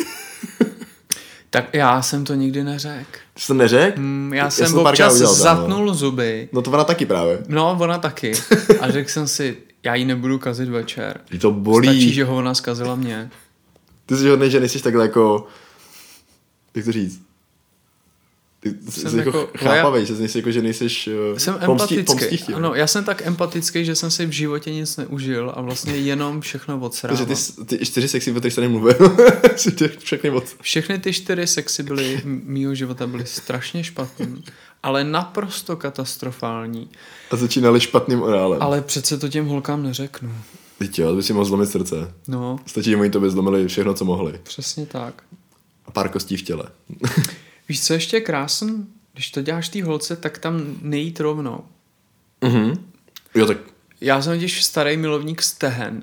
Tak já jsem to nikdy neřekl. Jsi to neřekl? Já jsem občas zatnul zuby. No to ona taky právě. No, ona taky. A řekl jsem si, já jí nebudu kazit večer. To bolí. Stačí, že ho ona zkazila mě. Ty jsi hodnej, že nejsi takhle jako, jak to říct? Jsi jako chápavej, že nejsi jako, že nejseš jsem empatický. Ano, já jsem tak empatický, že jsem si v životě nic neužil a vlastně jenom všechno odsrával. Takže ty 4 sexy, o kterých jsi tady mluvil, všechny ty 4 sexy byly mýho života byly strašně špatný, ale naprosto katastrofální. A začínaly špatným orálem. Ale přece to těm holkám neřeknu. Teď jo, to by si mohl zlomit srdce. No. Stačí, že oni tobě zlomili všechno, co mohli. Přesně tak. A pár kostí v těle. Víš, co ještě krásný? Když to děláš té holce, tak tam nejít rovnou. Jo, tak... Já jsem totiž starý milovník stehen.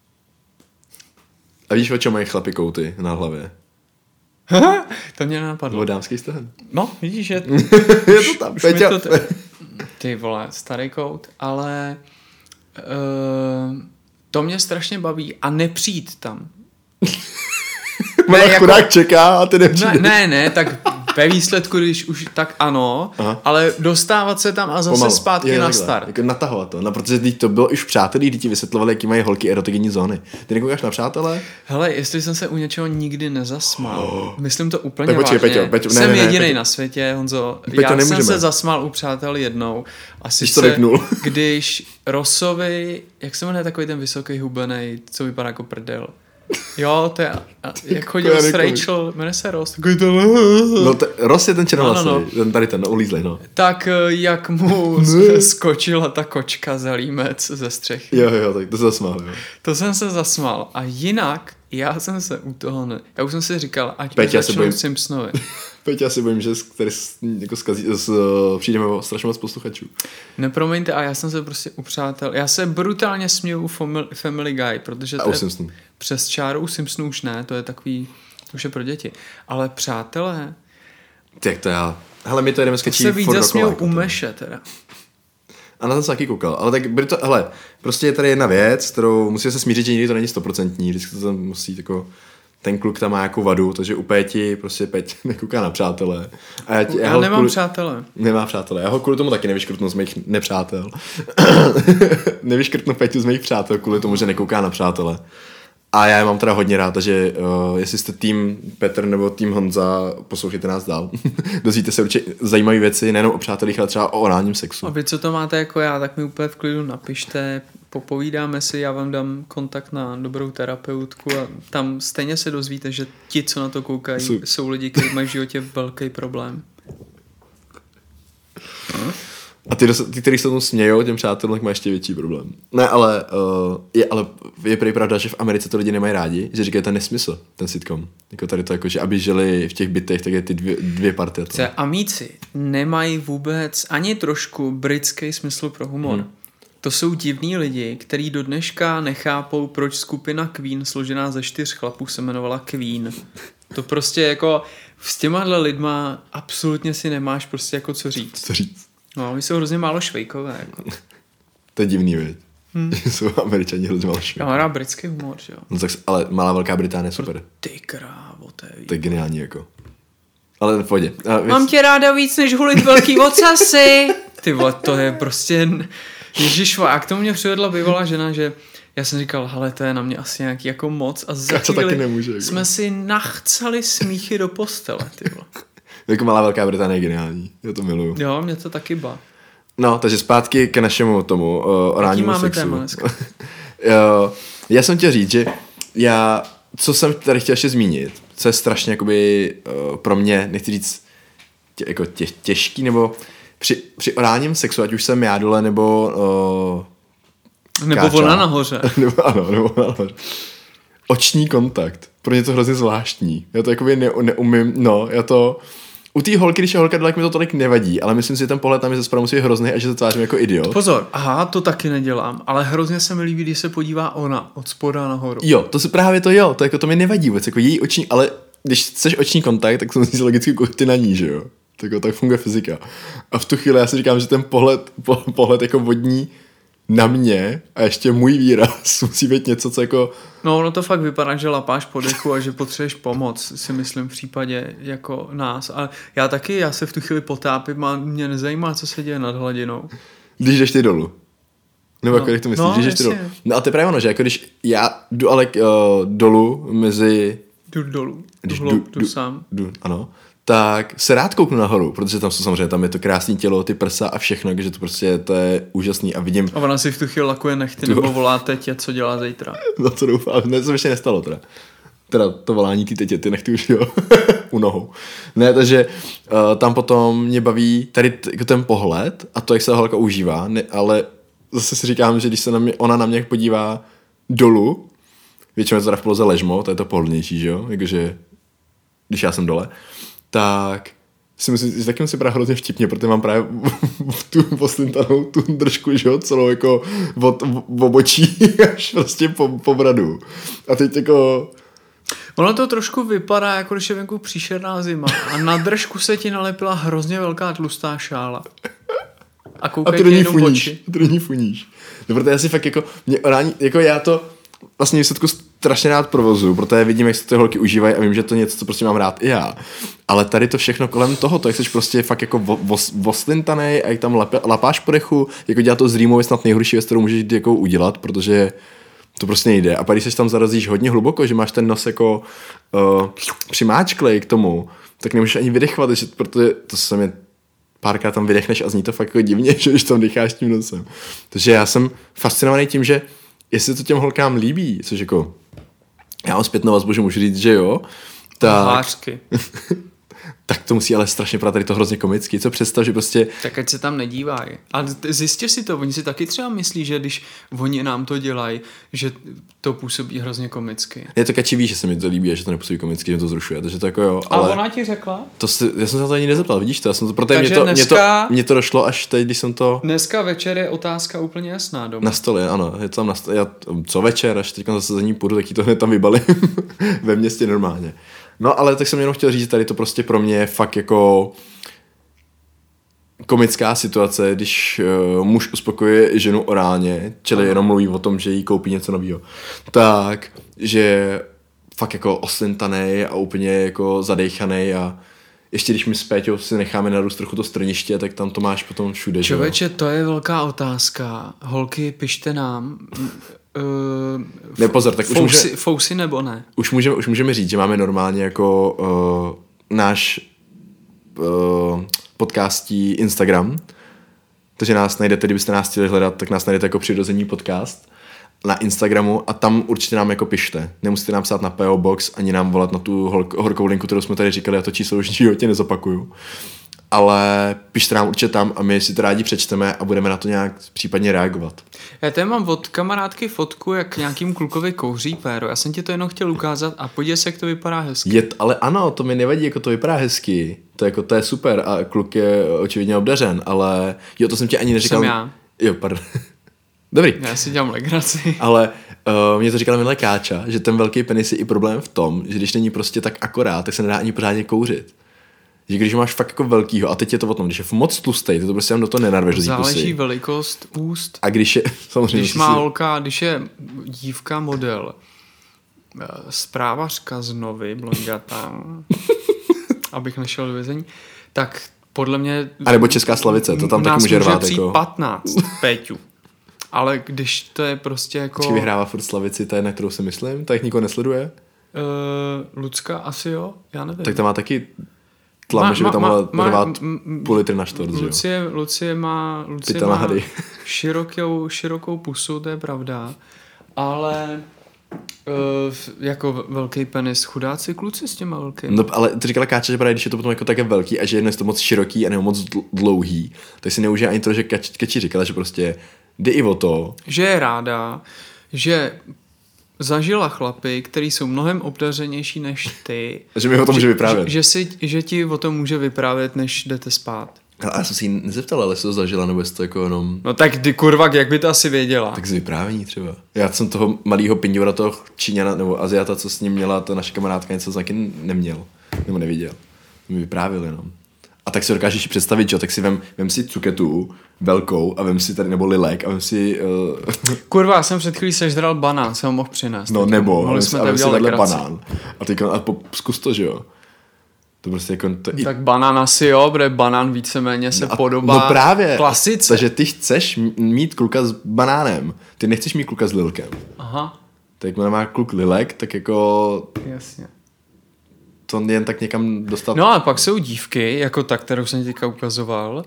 A víš, o čem mají chlapi kouty na hlavě? To mě nenapadlo. O dámský stehen. No, vidíš, že... je to tam, Peťa. Ty vole, starý kout, ale... to mě strašně baví a nepřijít tam. Ne, jako... chudák čeká a ty nepřijde. Ne, tak Ve výsledku, když už tak ano, ale dostávat se tam a zase Pomalu. zpátky na start. Jako natahovat to. No, protože teď to bylo už přátelí, kdy ti vysvětlovali, jaký mají holky erotogenní zóny. Ty nekoukáš na přátelé? Hele, jestli jsem se u něčeho nikdy nezasmál, myslím to úplně Tak počkej, vážně. Peťo, Jsem jedinej Peťo. na světě, Honzo. Peťo, Já nemůžeme. jsem se zasmál u přátel jednou. A Když to sice, vypnul. když Rosovi, jak se jmenuje takový ten vysoký hubenej, co vypadá jako prdel. Jo, to je, jak chodil s Rachel, jmenuje se Ross, takový ten... No, Ross je ten černovlasý, No. ten tady ten ulízlej, no. Tak jak mu skočila ta kočka za límec ze střechy. Jo, tak to se zasmál, jo. To jsem se zasmál. A jinak, já jsem se u toho já už jsem si říkal, ať Peťa, už začnou Simpsonovi. Peťa, já si bojím, že jako přijdeme o strašně moc posluchačů. Nepromiňte, a já jsem se prostě upřátel. Já se brutálně směju u Family Guy, protože to je přes čáru, u Simpsonů už ne, to je takový, to už je pro děti. Ale přátelé... Tak to já... Hele, my to jedeme skečí se víc zasmějou u Meše teda. A na ten jsem taky koukal, ale tak byli to, hele, prostě je tady jedna věc, kterou musíte se smířit, že nikdy to není 100%, vždycky to tam musí jako, ten kluk tam má nějakou vadu, takže u Péti prostě Peť nekouká na přátelé. A já nemám přátelé. Nemá přátelé, já ho kvůli tomu taky nevyškrtnu z mých nepřátel. Nevyškrtnu Peťu z mých přátel kvůli tomu, že nekouká na přátelé. A já je mám teda hodně rád, takže jestli jste tým Petr nebo tým Honza, poslouchejte nás dál. Dozvíte se určitě zajímavé věci, nejenom o přátelích, ale třeba o orálním sexu. A vy, co to máte jako já, tak mi úplně v klidu napište, popovídáme si, já vám dám kontakt na dobrou terapeutku a tam stejně se dozvíte, že ti, co na to koukají, jsou lidi, kteří mají v životě velký problém. A ty, kteří se tomu smějou, těm přátelům, tak má ještě větší problém. Ne, ale je prý pravda, že v Americe to lidi nemají rádi, že říkají, to je nesmysl, ten sitcom. Jako tady to, jako, že aby žili v těch bytech, tak je ty dvě party. Amíci nemají vůbec ani trošku britský smysl pro humor. To jsou divní lidi, kteří do dneška nechápou, proč skupina Queen složená ze 4 chlapů se jmenovala Queen. To prostě jako s těmahle lidma absolutně si nemáš prostě jako co říct. No, oni jsou hrozně málo švejkové. Jako. To je divný, věď. Jsou Američani hrozně málo švejkové. Já mám rád britský humor, že jo. No tak, ale malá Velká Británie je super. Ty krávo, to je geniální, jako. Ale v pohodě. Mám tě ráda víc, než hulit velký ocasy. Ty vole, to je prostě... Ježišva, a k tomu mě přivedla bývalá žena, že já jsem říkal, hele, to je na mě asi nějaký jako moc. A za chvíli jsme si nachcali smíchy do postele, ty vole. Jako malá Velká Británie je geniální. Já to miluju. Jo, mě to taky ba. No, takže zpátky k našemu tomu orálnímu sexu. Jaký máme téma dneska? Já jsem chtěl říct, že co jsem tady chtěl ještě zmínit, co je strašně jakoby pro mě, nechci říct jako těžký, nebo při orálním sexu, ať už jsem já dole, nebo nebo ona nahoře. nebo ona nahoře. Oční kontakt. Pro mě to hrozně zvláštní. Já to jakoby neumím, já to... U té holky, když je holka dole, mi to tolik nevadí, ale myslím si, že ten pohled tam je zesprava musí být hrozný a že se tvářím jako idiot. Pozor, to taky nedělám, ale hrozně se mi líbí, když se podívá ona od spoda nahoru. Jo, to si právě to jako to mi nevadí vůbec, jako její oční, ale když chceš oční kontakt, tak to musíš logicky koukat na ní, že jo. Tak funguje fyzika. A v tu chvíli já si říkám, že ten pohled jako vodní na mě a ještě můj výraz musí být něco, co jako... No to fakt vypadá, že lapáš po dechu a že potřebuješ pomoc, si myslím v případě jako nás. A já se v tu chvíli potápím a mě nezajímá, co se děje nad hladinou. Když jdeš ty dolů. Nebo jako jak to myslíš, když jdeš ty dolů. No a to je právě ono, že jako když já jdu ale dolů mezi... Jdu dolů, jdu sám. Ano. Tak se rád kouknu nahoru, protože tam jsou samozřejmě, tam je to krásné tělo, ty prsa a všechno, takže to prostě to je úžasný a vidím. A ona si v tu chvíli lakuje nechty nebo volá tetě, co dělá zítra. No to doufám, ne, to ještě nestalo teda. Teda to volání té tetě, ty nechty už jo, u nohou. Ne, takže tam potom mě baví tady ten pohled a to, jak se ta holka užívá, ale zase si říkám, že když se ona na mě podívá dolů, většinou je to teda v poloze ležmo, to je to pohodlnější, že jo, jakože když já jsem dole, tak si myslím, že taky musím právě hrozně vtipně, protože mám právě tu poslintanou tu držku, že jo, celou jako od obočí až prostě po bradu. A teď jako... Ono to trošku vypadá, jako když je venku příšerná zima a na držku se ti nalepila hrozně velká tlustá šála. A koukaj ti jenom oči. A ty do ní funíš. No, protože já si fakt jako, jako já to vlastně výsledku strašně rád provozu, protože vidím, jak se ty holky užívají a vím, že to je něco, co prostě mám rád i já. Ale tady to všechno kolem toho, to jak jsi prostě fakt jako voslintanej a jak tam lapáš po dechu, jako dělat to z rýmu je snad nejhorší věc, kterou můžeš jako udělat, protože to prostě nejde. A pak když se tam zarazíš hodně hluboko, že máš ten nos jako přimáčklej k tomu, tak nemůžeš ani vydechovat, protože to se mi párkrát tam vydechneš a zní to fakt jako divně, že když tam decháš tím nosem. Takže já jsem fascinovaný tím, že jestli to těm holkám líbí, což jako já mám zpětnou vazbu, že můžu říct, že jo, tak to musí ale strašně právě tady to hrozně komický. Co představ, že prostě... Tak ať se tam nedívají. A zjistě si to, oni si taky třeba myslí, že když oni nám to dělají, že to působí hrozně komicky. Je to kači ví, že se mi to líbí a že to nepůsobí komicky, že to zrušuje, takže to jako jo. Ale a ona ti řekla? Já jsem se to ani nezeptal, vidíš to? Protože mě to došlo až teď, když jsem to... Dneska večer je otázka úplně jasná doma. Na stole, ano. Je to tam na stole. Co večer, až teď zase za ní půjdu, tak jí to hned tam vybalím ve městě normálně. No ale tak jsem jenom chtěl říct, že tady to prostě pro mě je fakt jako komická situace, když muž uspokojuje ženu orálně, čili jenom mluví o tom, že jí koupí něco nového. Tak, že fakt jako oslintanej a úplně jako zadejchanej a ještě když my s Péťou si necháme narůst trochu to strniště, tak tam to máš potom všude. Člověče, to je velká otázka. Holky, pište nám. Ne, pozor, tak fousy nebo ne? Už můžeme říct, že máme normálně jako náš podcastí Instagram, takže nás najdete, kdybyste nás chtěli hledat, tak nás najdete jako Přirození podcast na Instagramu a tam určitě nám jako pište. Nemusíte nám psát na PO Box, ani nám volat na tu horkou linku, kterou jsme tady říkali, a to číslo už v životě nezopakuju. Ale pište nám určitě tam a my si to rádi přečteme a budeme na to nějak případně reagovat. Já tady mám od kamarádky fotku, jak nějakým klukovi kouří péro. Já jsem ti to jenom chtěl ukázat a podívej se, jak to vypadá hezky. Ale ano, to mi nevadí, jako to vypadá hezky. To je super a kluk je očividně obdařen, ale jo, to jsem ti ani neříkal. Jsem já. Jo, pardon. Dobrý. Já si dělám legraci. Ale mě to říkala minule Káča, že ten velký penis je i problém v tom, že když není prostě tak akorát, tak se nedá ani pořádně kouřit. Že když máš fakt jako velkýho, a teď je to o tom, když je moc tlustej, to prostě do toho nenarveš do pusy. Záleží velikost úst. A když je, samozřejmě... Když je dívka model, zprávařka z Novy, blonďatá, abych nešel do vězení, tak podle mě... A nebo Česká Slavice, to tam taky může rvát. Jako... 15, Péťu. Ale když to je prostě jako... Vždycky vyhrává furt Slavici, ta je, na kterou si myslím, tak nikdo nesleduje? Lucka asi jo, já nevím. Tak ta má taky tlam, že by tam mohla rvát půl litry na čtvrt, Lucie má širokou pusu, to je pravda, ale jako velký penis, chudáci kluci s těma velkým. No, ale ty říkala Káča, že právě když je to potom jako také velký a že jedno je to moc široký a nebo moc dlouhý, tak si neužije ani to, že Kači říkala, že prostě jde i o to. Že je ráda, že zažila chlapy, který jsou mnohem obdařenější než ty. Že mi o tom může vyprávět. Že ti o tom může vyprávět, než jdete spát. Ale já jsem si ji nezeptal, ale jestli to zažila, nebo jestli to jako jenom... No tak ty kurva, jak by to asi věděla? Tak z vyprávění třeba. Já jsem toho malýho pindiora, toho Číňana nebo Aziata, co s ním měla, ta naše kamarádka, něco taky neměl. Nebo neviděl. To mi vyprávěl jenom. A tak si dokážeš představit, že tak si vem si cuketu velkou a vem si tady, nebo lilek a vem si... Kurva, já jsem před chvílí seždral banán, jsem ho mohl přinést. No nebo, vem si takhle banán. A teď zkus to, že jo. To prostě jako... Tak banán asi jo, protože banán víceméně se podobá právě, klasice. Takže ty chceš mít kluka s banánem, ty nechceš mít kluka s lilkem. Aha. Tak jak má kluk lilek, tak jako... Jasně. To jen tak někam dostat. No a pak jsou dívky, jako ta, kterou jsem teďka ukazoval,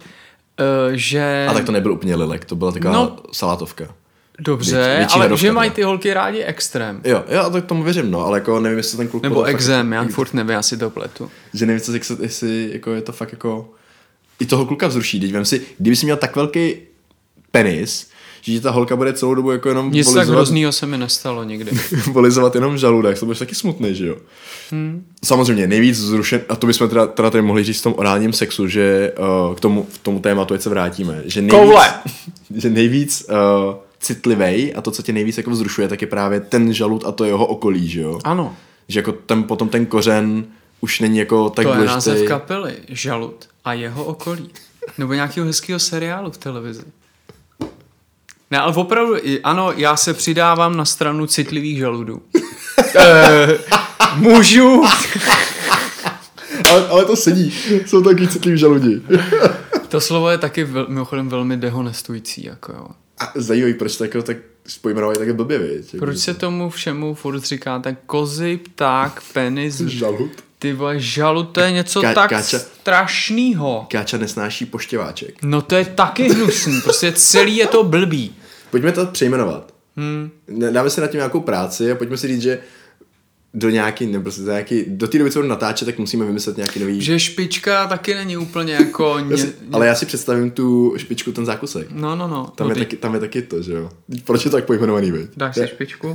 že... A tak to nebyl úplně lilek, to byla taková salátovka. Dobře, ale že mají ty holky rádi extrém. Jo, tak tomu věřím, no, ale jako nevím, jestli ten kluk... Nebo exém, já furt nevím, já si to pletu. Že nevím, jestli jako je to fakt jako... I toho kluka vzruší, teď vem si, kdyby si měl tak velký penis, že ta holka bude celou dobu jako jenom nic tak hroznýho se mi nestalo nikdy. Volizovat jenom žaludek, to budeš taky smutný, že jo? Samozřejmě nejvíc vzrušen, a to bychom teda tady mohli říct v tom orálním sexu, že k tomu tématu, ať se vrátíme, že nejvíc citlivej a to, co tě nejvíc jako vzrušuje, tak je právě ten žalud a to jeho okolí, že jo? Ano. Že jako potom ten kořen už není jako tak důležitý. To je název kapely, žalud a jeho okolí. Nebo nějakého hezkého seriálu v televizi. Ne, ale opravdu, ano, já se přidávám na stranu citlivých žaludů. Můžu? ale to sedí. Jsou taky citlivý žaludi. To slovo je taky mimochodem velmi dehonestující. Jako jo. A zajímavý, proč to jako tak pojmenovají také blbě, viď? Proč se tomu všemu furt říká tak kozy, pták, penis... Žalud. Ty vole, žalud, to je něco strašnýho. Káča nesnáší poštěváček. No to je taky hnusný, prostě celý je to blbý. Pojďme to přejmenovat. Dáme si na tím nějakou práci a pojďme si říct, že do té doby, co budu natáčet, tak musíme vymyslet nějaký nový... Že špička taky není úplně jako... Ale já si představím tu špičku, ten zákusek. No. Tam je taky to, že jo. Proč je to tak pojmenovaný, viď? Dáš si špičku?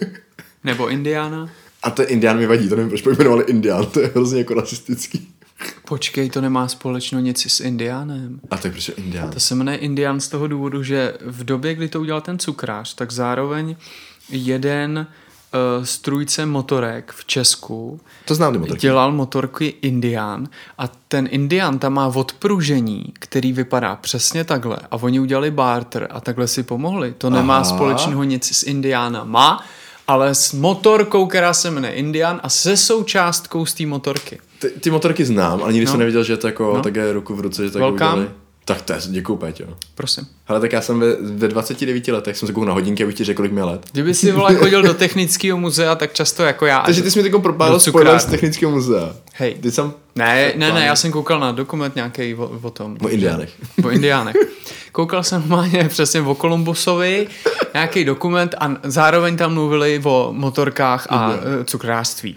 Nebo indiána? A to indián mi vadí, to nevím, proč pojmenovali indián, to je hrozně jako rasistický. Počkej, to nemá společno nic s indiánem. A tak proč je indián? To se jmenuje indián z toho důvodu, že v době, kdy to udělal ten cukrář, tak zároveň jeden strůjce motorek v Česku to znám, ty motorky. Dělal motorky indián a ten indián tam má odpružení, který vypadá přesně takhle a oni udělali barter a takhle si pomohli. To nemá společného nic s indiánama, ale s motorkou, která se jmenuje Indian a se součástkou z té motorky. Ty motorky znám, ale nikdy jsem neviděl, že to jako také ruku v ruce, že to jako udělali. Tak to je, děkuju, Péťo. Prosím. Hele, tak já jsem ve 29 letech, jsem se koukal na hodinky, abych ti řekl, kolik mě let. Kdyby si chodil do technického muzea, tak často jako já. Takže ty jsi mi takovou propálil spoiler z technického muzea. Hej. Ty jsem... Ne, já jsem koukal na dokument nějaký o tom. O indiánech. O indiánech. Koukal jsem normálně přesně o Kolumbusovi, nějaký dokument a zároveň tam mluvili o motorkách a cukrářství.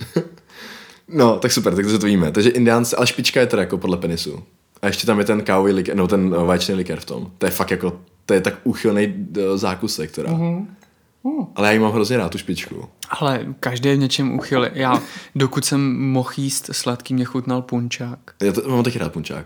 No, tak super, tak to víme. Takže indiánci, ale špička je teda jako podle penisu. A ještě tam je ten kávový likér, no ten vaječný likér v tom. To je fakt jako, to je tak úchylný zákusek teda. Ale já jí mám hrozně rád, tu špičku. Ale každý je v něčem úchyl. Já, dokud jsem mohl jíst sladký, mě chutnal punčák. Já mám taky rád punčák.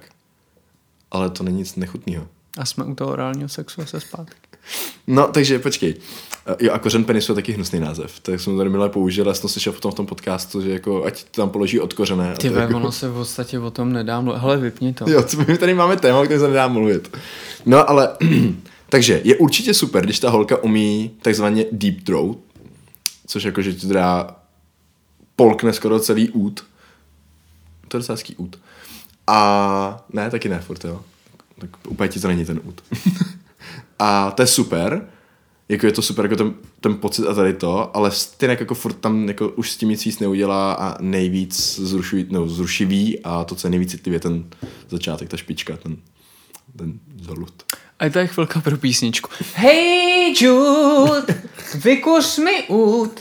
Ale to není nic nechutného. A jsme u toho orálního sexu a se zpátky. No, takže počkej. Jo, a kořen penisu je taky hnusný název. Tak jsem tady milé použil, já jsem slyšel potom v tom podcastu, že jako ať tam položí odkořené. Ty jako... ono se v podstatě o tom nedá mluvit. Hele, vypni to. Jo, my tady máme téma, o kterém se nedá mluvit. No, ale takže je určitě super, když ta holka umí takzvaně deep throat, což jako, že ti teda polkne skoro celý út. To je docela hezký út. A ne, taky ne, furt jo. Tak úplně ti to není ten út. A to je super, jako je to super, jako ten pocit a tady to, ale stejně jako furt tam jako už s tím nic víc neudělá a nejvíc zrušivý a to, co je nejvíc citlivě, ten začátek, ta špička, ten zalud. A to je chvilka pro písničku. Hej Jude, vykuř mi út.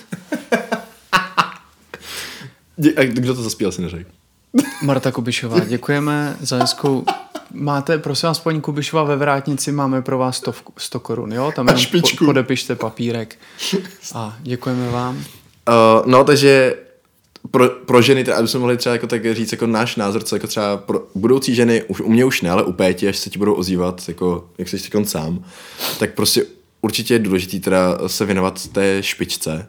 A kdo to zaspíval, si neřekl? Marta Kubišová, děkujeme za hezkou... Máte, prosím vás, paní Kubišová, ve vrátnici máme pro vás 100 korun, jo? Tam jenom podepište papírek. A děkujeme vám. No, takže pro ženy, aby jsme mohli třeba jako tak říct jako náš názor, co jako třeba pro budoucí ženy, u mě už ne, ale u Péti, až se ti budou ozývat, jako, jak jsi teď sám, tak prostě určitě je důležitý teda se věnovat té špičce.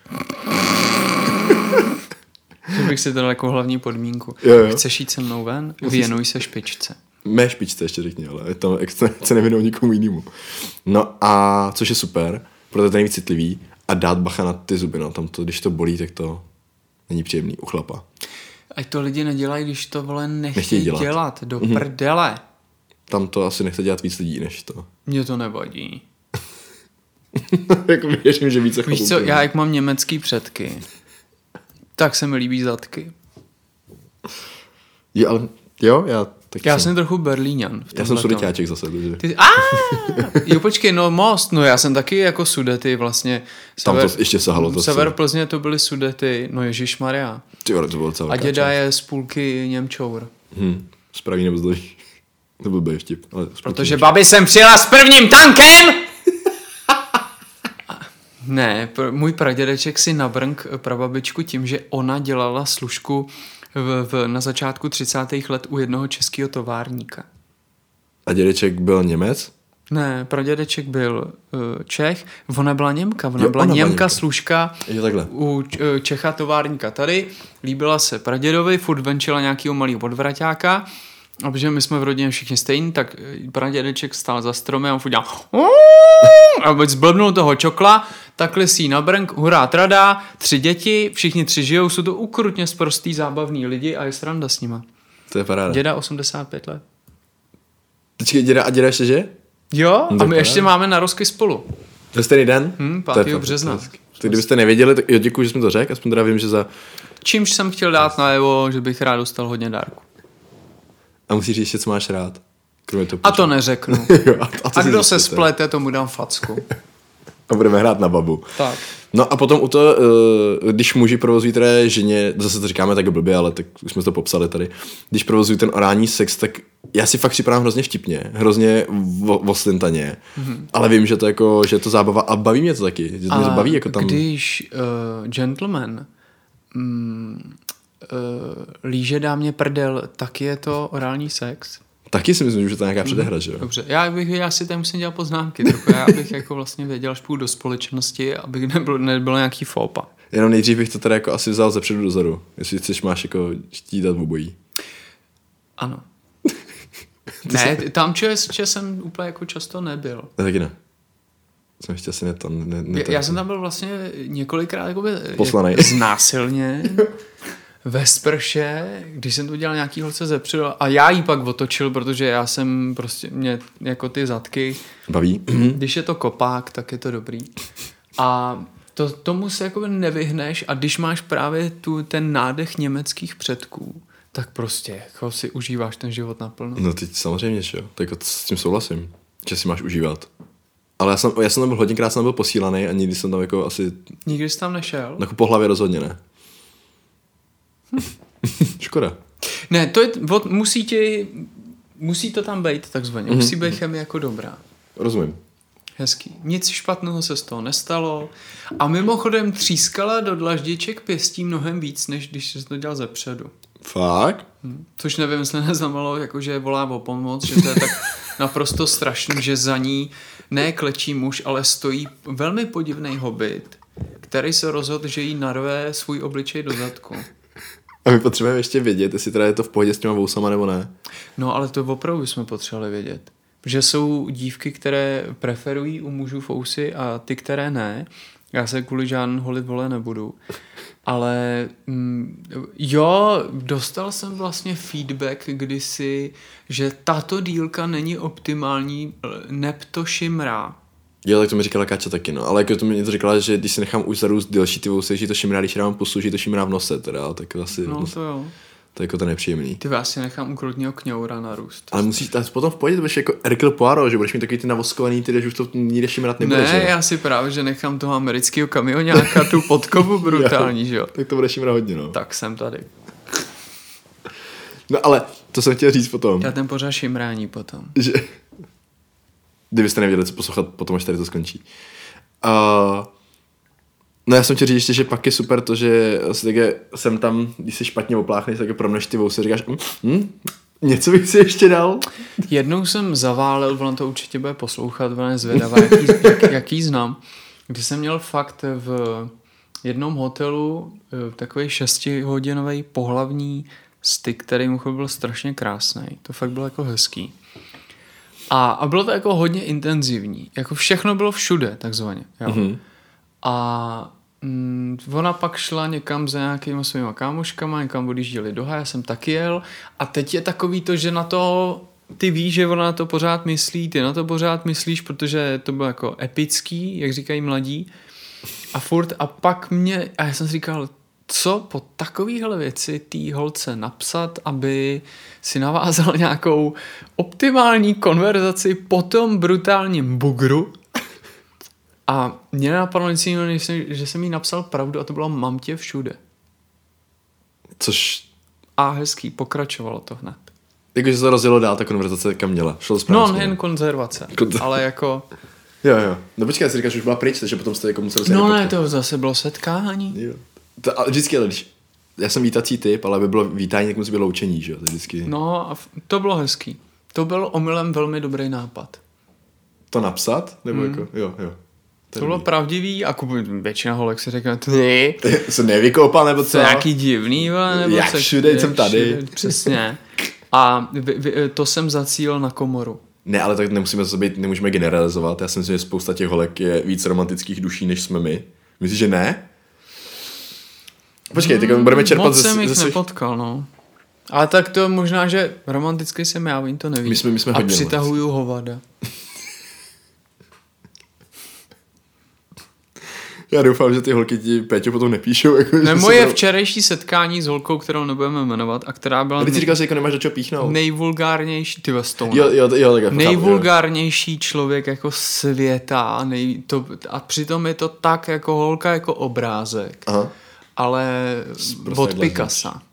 Že bych si to dal jako hlavní podmínku. Jo. Chceš jít se mnou ven? Věnuj se špičce. Mé špičce ještě řekni, ale je to se nevěnou nikomu jinému. No a což je super, protože to je nejvíc citlivý a dát bacha na ty zuby, no tam to, když to bolí, tak to není příjemný u chlapa. Ať to lidi nedělají, když to vole nechtějí dělat. Do prdele. Tam to asi nechce dělat víc lidí, než to. Mně to nevadí. Jako věřím, že více chlapů. Víš co, já jak mám německý předky, tak se mi líbí zadky. Jo, ale jo, já jsem trochu Berlíňan. Já jsem sudeťáček zase. Jo, počkej, no Most, no já jsem taky jako Sudety vlastně. Tam to ještě sahalo. Sever Plzně to byly Sudety, no ježišmarja. To bylo celá a děda je z půlky Němčour. Spraví nebo zlej. To byl bej vtip. Protože babi jsem přijela s prvním tankem! Ne, můj pradědeček si nabrnk prababičku tím, že ona dělala služku na začátku 30. let u jednoho českého továrníka. A dědeček byl Němec? Ne, pradědeček byl Čech, ona byla Němka, ona byla Němka služka u Čecha továrníka. Tady líbila se pradědovi, furt venčila nějakýho malýho podvraťáka, a protože my jsme v rodině všichni stejní, tak pradědeček stál za stromem a on furt dělal a zblbnul toho čokla, takhle si na brnk, hurá, trada, 3 děti, všichni 3 žijou, jsou to ukrutně sprostý, zábavní lidi a je sranda s nima. To je paráda. Děda 85 let. Počkej, děda ještě žije? Jo, a my ještě máme narozky spolu. To stejný den? 5. března. Tak kdybyste nevěděli, tak jo, děkuji, že jsme to řekl, aspoň teda vím, že za... Čímž jsem chtěl dát najevo, že bych rád dostal hodně dárku. A musíš říct ještě, co máš rád. Kromě toho a to neřeknu. Jo, a kdo se splete, tomu dám facku. A budeme hrát na babu. Tak. No a potom u toho, když muži provozují teda ženě, zase to říkáme tak blbě, ale tak už jsme to popsali tady, když provozují ten orální sex, tak já si fakt připadám hrozně vtipně, hrozně oslintaně, ale vím, že to jako, že je to zábava a baví mě to taky, že to mě baví jako tam. Když gentleman líže dámě prdel, tak je to orální sex? Taky si myslím, že to je nějaká předehra, že jo? Dobře, já si tady musím dělat poznámky, já bych jako vlastně věděl, až půjdu do společnosti, abych nebylo nějaký fópa. Jenom nejdřív bych to teda jako asi vzal zepředu dozadu, jestli chceš, máš jako štítat obojí. Ano. Ne, tam jsem úplně jako často nebyl. Ne, taky ne. Jsem ještě asi já jsem tam byl vlastně několikrát jakoby poslanej. Znásilně ve sprše, když jsem to dělal nějaký holce zepředu a já jí pak otočil, protože já jsem prostě, mě jako ty zadky baví. Když je to kopák, tak je to dobrý. A tomu se jakoby nevyhneš a když máš právě ten nádech německých předků, tak prostě jako si užíváš ten život naplno. No teď samozřejmě, že jo. Tak jako s tím souhlasím, že si máš užívat. Ale já jsem tam byl hodněkrát, jsem byl posílaný a nikdy jsem tam jako asi... Nikdy jsi tam nešel? Jako po hlavě rozhodně ne. Škoda. Ne, to je, musí to tam být takzvaně. Musí být chemie jako dobrá. Rozumím. Hezký. Nic špatného se z toho nestalo. A mimochodem třískala do dlaždiček pěstí mnohem víc, než když jsi to dělal zepředu. Fakt? Což nevím, jestli neznamenalo, jako, že volá o pomoc, že to je tak naprosto strašný, že za ní ne klečí muž, ale stojí velmi podivný hobit, který se rozhodl, že jí narve svůj obličej do zadku. A my potřebujeme ještě vědět, jestli teda je to v pohodě s těma vousama nebo ne. No ale to opravdu jsme potřebovali vědět. Že jsou dívky, které preferují u mužů fousy a ty, které ne. Já se kvůli žádný holit vole nebudu. Ale jo, dostal jsem vlastně feedback kdysi, že tato dílka není optimální, neb to šimrá. Jo, tak to mi říkala Káča taky, no. Ale jako to mi to říkala, že když si nechám už zarůst delší ty vousy, že to šimrá, když dávám pusu, že to šimrá v nose, teda, tak asi... No to jo. To je jako to nepříjemný. Ty vás si nechám ukrutního kňoura narůst. Ale musíš potom v pohodě, to budeš jako Hercule Poirot, že budeš mít takový ty navoskovaný, ty, že už to nikde šimrat nebudeš. Ne, já si právě, že nechám toho amerického kamionáka tu podkovu brutální, že jo. Tak to bude šimrat hodně, no. Tak jsem tady. No ale, to jsem chtěl říct potom. Já ten pořád šimrání potom. Že... Kdybyste nevěděli, co poslouchat potom, až tady to skončí. No já jsem chtěl říct ještě, že pak je super to, že asi také jsem tam, když si špatně opláchne, tak promneš ty vousy, říkáš, něco bych si ještě dal. Jednou jsem zaválel, on to určitě bude poslouchat, on je zvědavá, jaký znám, kdy jsem měl fakt v jednom hotelu takový 6hodinový pohlavní styk, který mu byl strašně krásný. To fakt bylo jako hezký. A bylo to jako hodně intenzivní. Jako všechno bylo všude, takzvaně. Jo. Mm-hmm. A ona pak šla někam za nějakýma svýma kámoškama, někam odjížděli do já jsem taky jel. A teď je takový to, že na to ty víš, že ona na to pořád myslí, ty na to pořád myslíš, protože to bylo jako epický, jak říkají mladí. A pak a já jsem si říkal, co po takovýhle věci tý holce napsat, aby si navázal nějakou optimální konverzaci po tom brutálním bugru. A mě nenapadlo nic jiného, že jsem jí napsal pravdu a to bylo mám tě všude. Což... A hezký, pokračovalo to hned. Jakože se rozjelo dál ta konverzace, kam měla. Šlo správně. No, nejen konzervace, ale jako... Jo. No počkej, si říkáš, že už byla pryč, takže potom jste jako museli se... No ne, to zase bylo setkání. Jo. To, vždycky, ale když... Já jsem vítací typ, ale aby bylo vítání, tak musí být loučení, že jo? Vždycky... No a to bylo hezký. To byl omylem velmi dobrý nápad. To napsat? Nebo jako... Jo. To bylo pravdivý a většina holek si řekne, ty se nevykopal, nebo co? Nějaký divný, nebo jak všude jsem tady. Přesně. A to jsem zacílil na komoru. Ne, ale tak nemůžeme generalizovat. Já si myslím, že spousta těch holek je víc romantických duší, než jsme my. Myslíš, že ne? Počkej, teď budeme čerpat moc jsem jich nepotkal, no. Ale tak to možná, že romantický jsem já, oni to neví. My jsme a přitahuju hovada. Já doufám, že ty holky ti, Péťo, potom nepíšou. Jako, ne, moje včerejší setkání s holkou, kterou nebudeme jmenovat a která byla... Ty říkal, že jako nemáš do čeho píchnout. Nejvulgárnější, ty Stone. Jo, tak nejvulgárnější člověk jako světa. A přitom je to tak jako holka jako obrázek. Aha. Ale od Picassa.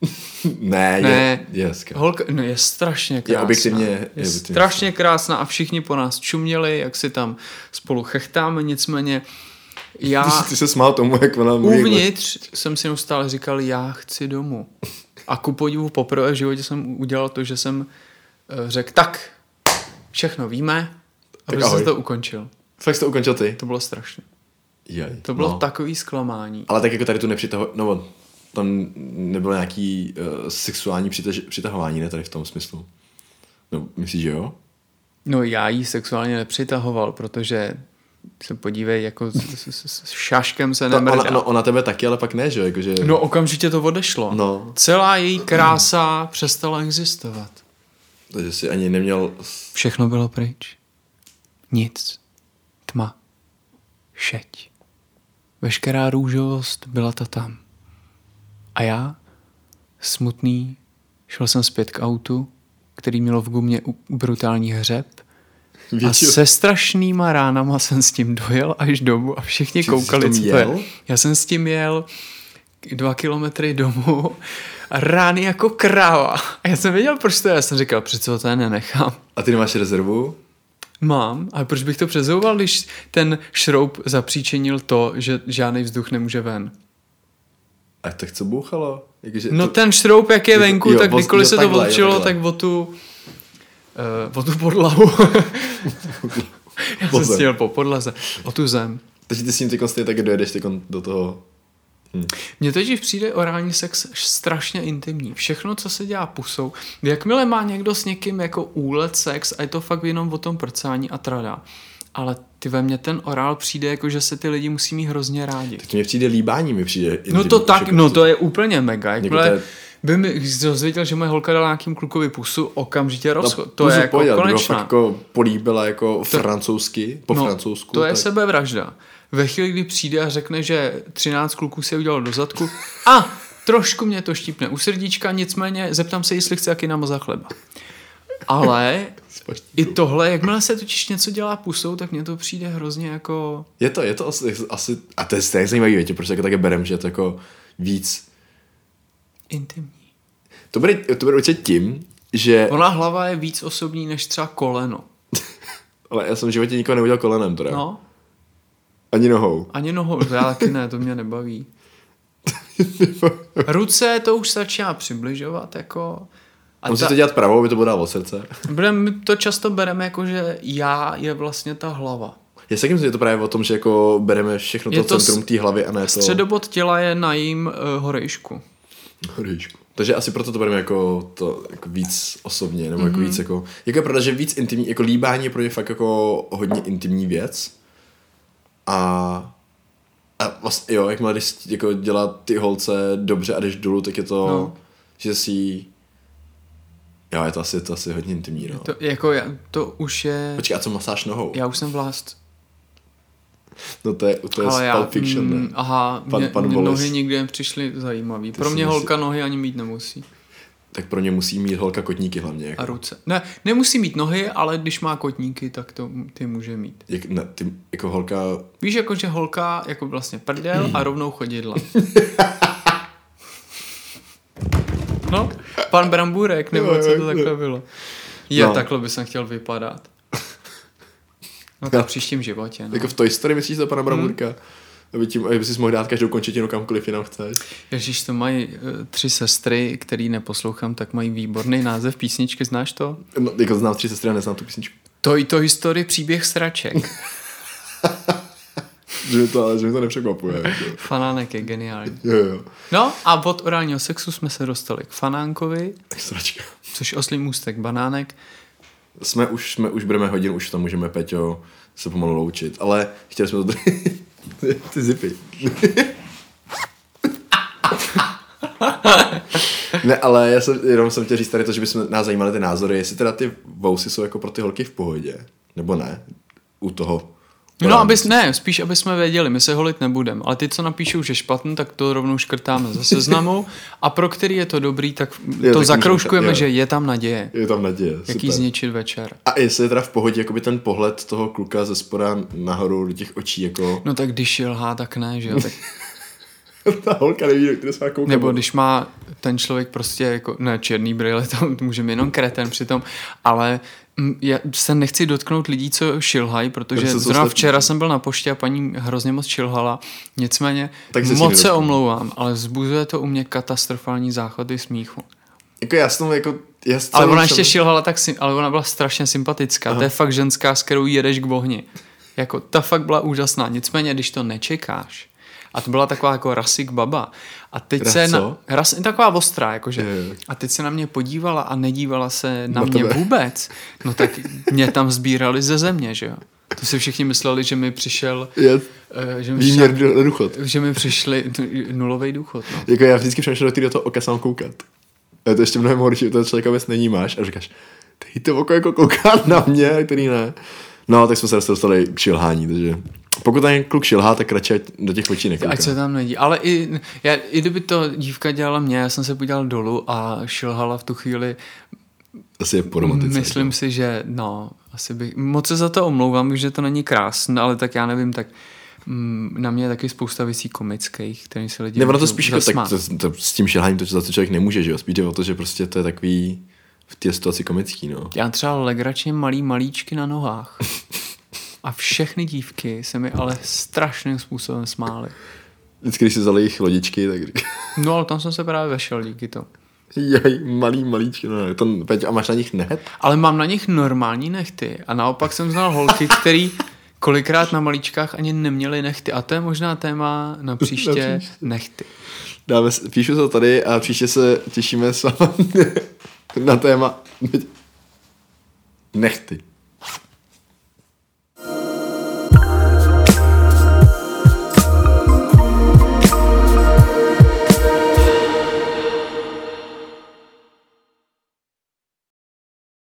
ne. Holka je strašně krásná. Je strašně krásná a všichni po nás čuměli, jak si tam spolu chechtáme, nicméně Ty se smál tomu, jak ona mluví. Uvnitř jsem si neustále říkal, já chci domů. A ku podivu poprvé v životě jsem udělal to, že jsem řekl, tak, všechno víme a prostě jsem to ukončil. Fakt jsi to ukončil ty? To bylo strašně. Jej, to bylo takový zklamání. Ale tak jako tady tu no, tam nebylo nějaký sexuální přitahování, ne, tady v tom smyslu. No, myslíš, že jo? No, já jí sexuálně nepřitahoval, protože se podívej, jako s šaškem se nemrdá. Ona tebe taky, ale pak ne, že jo? Jakože... No, okamžitě to odešlo. No. Celá její krása přestala existovat. Takže si ani neměl... Všechno bylo pryč. Nic. Tma. Šeť. Veškerá růžovost byla to tam. A já, smutný, šel jsem zpět k autu, který mělo v gumě brutální hřeb. A se strašnýma ránama jsem s tím dojel až domů a všichni koukali, co to je. Já jsem s tím jel 2 kilometry domů a rány jako kráva. A já jsem věděl, proč to je. Já jsem říkal, přece to je nenechám. A ty nemáš rezervu? Mám, ale proč bych to přezouval, když ten šroub zapříčinil to, že žádný vzduch nemůže ven? A tak co bouchalo? No ten šroub, jak je venku, tak kdykoliv se to vlčilo, tak o tu podlahu. Já jsem stěl po podlaze. O tu zem. Takže ty s ním tak dojedeš do toho... Mně totiž přijde orální sex strašně intimní. Všechno, co se dělá pusou. Jakmile má někdo s někým jako úlet sex a je to fakt jenom o tom prcání a trada. Ale ty ve mně ten orál přijde jako, že se ty lidi musí mít hrozně rádi. Tak mně přijde líbání, mi přijde intimní. No to tak, no to je úplně mega. Jakmile by mi dozvěděl, že moje holka dala nějakým klukovi pusu, okamžitě rozchod. To je jako konečná. Jako políbila jako francouzsky, po francouzsku. To je sebevražda. Ve chvíli, kdy přijde a řekne, že 13 kluků si udělalo do zadku a trošku mě to štípne u srdíčka, nicméně zeptám se, jestli chce jaký namazat chleba. Ale i tohle, jakmile se totiž něco dělá pusou, tak mně to přijde hrozně jako... Je to asi a to je stejně zajímavý, větě, protože také berem, že je to jako víc... intimní. To bude určitě tím, že... Ona hlava je víc osobní než třeba koleno. Ale já jsem v životě nikoho neudělal kolenem teda. No. Ani nohou. Ani nohou, já taky ne, to mě nebaví. Ruce to už začíná přibližovat, jako... Musíš to dělat pravou, aby to bylo dát od srdce. My to často bereme jako, že já je vlastně ta hlava. Já si myslím, že je to právě o tom, že jako bereme všechno to centrum té hlavy a ne to... Středobod těla je na jím horejšku. Horejšku. Takže asi proto to bereme jako to jako víc osobně, nebo jako víc jako je pravda, že víc intimní, jako líbání je pro ně fakt jako hodně intimní věc. A vlastně jo, jakmile když jako dělá ty holce dobře a jdeš dolů, tak je to, že si jo, je to asi hodně intimní, no. To už je... Počkej, a co masáž nohou? Já už jsem vlast. No to je Pulp Fiction, ne? Aha, nohy nikdy nepřišly zajímavý. Pro mě holka nohy ani mít nemusí. Tak pro ně musí mít holka kotníky hlavně. Jako. A ruce. Ne, nemusí mít nohy, ale když má kotníky, tak to ty může mít. Ty jako holka... Víš, jako že holka jako vlastně prdel a rovnou chodidla. No, pan Bramburek, nebo co to takhle bylo. Takhle by jsem chtěl vypadat. No to v příštím životě. No. Jako v Toy Story myslíš to pana Bramburka? Aby si mohl dát každou končetinu kamkoliv jinam chceš. Ježíš, to mají 3 sestry, který neposlouchám, tak mají výborný název písničky, znáš to? No, jako znám 3 sestry a neznám tu písničku. To historii příběh sraček. že mi to nepřekvapuje. Fanánek je geniální. Jo. No a od orálního sexu jsme se dostali k fanánkovi. Sračka. Což oslý můstek banánek. jsme už budeme hodin, už tam můžeme, Peťo, se pomalu loučit, ale chtěli jsme to... Ty zipy. Ne, ale já jsem chtěl říct tady to, že bychom nás zajímali ty názory, jestli teda ty vousy jsou jako pro ty holky v pohodě, nebo ne, u toho. No, spíš, aby jsme věděli, my se holit nebudeme, ale ty, co napíšou, že špatný, tak to rovnou škrtáme ze seznamu a pro který je to dobrý, tak to zakroužkujeme, že je tam naděje. Je tam naděje, jaký zničit večer. A jestli je teda v pohodě, jakoby ten pohled toho kluka ze spoda nahoru do těch očí, jako... No tak když je lhá, tak ne, že jo, tak... Ta holka neví, do které se má koukat. Nebo když má ten člověk prostě jako, ne černý brýle, to můžeme jenom kreten přitom, ale já se nechci dotknout lidí, co šilhají, protože zrovna včera jsem byl na poště a paní hrozně moc šilhala, nicméně moc se omlouvám, ale vzbuzuje to u mě katastrofální záchody smíchu. Jako já jsem jako... Ale ona ještě šilhala tak, ale ona byla strašně sympatická. Aha. To je fakt ženská, s kterou jedeš k ohni. Jako ta fakt byla úžasná, nicméně když to nečekáš, a to byla taková jako rasik baba. A teď taková ostrá, jakože. A teď se na mě podívala a nedívala se na mě vůbec. No tak mě tam sbírali ze země, že jo. To si všichni mysleli, že mi přišel... důchod. Že mi přišli nulový důchod, no. Jako já vždycky přemýšlel, do toho oka sám koukat. A to ještě mnohem horší, toho člověka vůbec není máš a říkáš, ty to oko jako kouká na mě, který ne. No, tak jsme se dostali k šilhání, takže pokud ten kluk šilhá, tak radši do těch očí nekouká. Ať se tam nedí. Ale i kdyby to dívka dělala mě, já jsem se podíval dolů a šilhala v tu chvíli. Asi je po romantice. Myslím si, že asi bych, moc se za to omlouvám, že to není krásné, ale tak já nevím, tak na mě je taky spousta věcí komických, který se lidi... Nebo na to spíš jako, tak to, s tím šilháním to za to člověk nemůže, že jo? Spíš jde o to, že prostě to je takový v té situaci komický, no. Já třeba legračně malíčky na nohách. A všechny dívky se mi ale strašným způsobem smály. Vždycky, když si vzali jich lodičky, tak... No, ale tam jsem se právě vešel díky to. Jaj, malíčky, no. A máš na nich nehet? Ale mám na nich normální nechty. A naopak jsem znal holky, který kolikrát na malíčkách ani neměli nechty. A to je možná téma na příště. Nechty. Píšu to tady a příště se těšíme s vámi na téma nechty.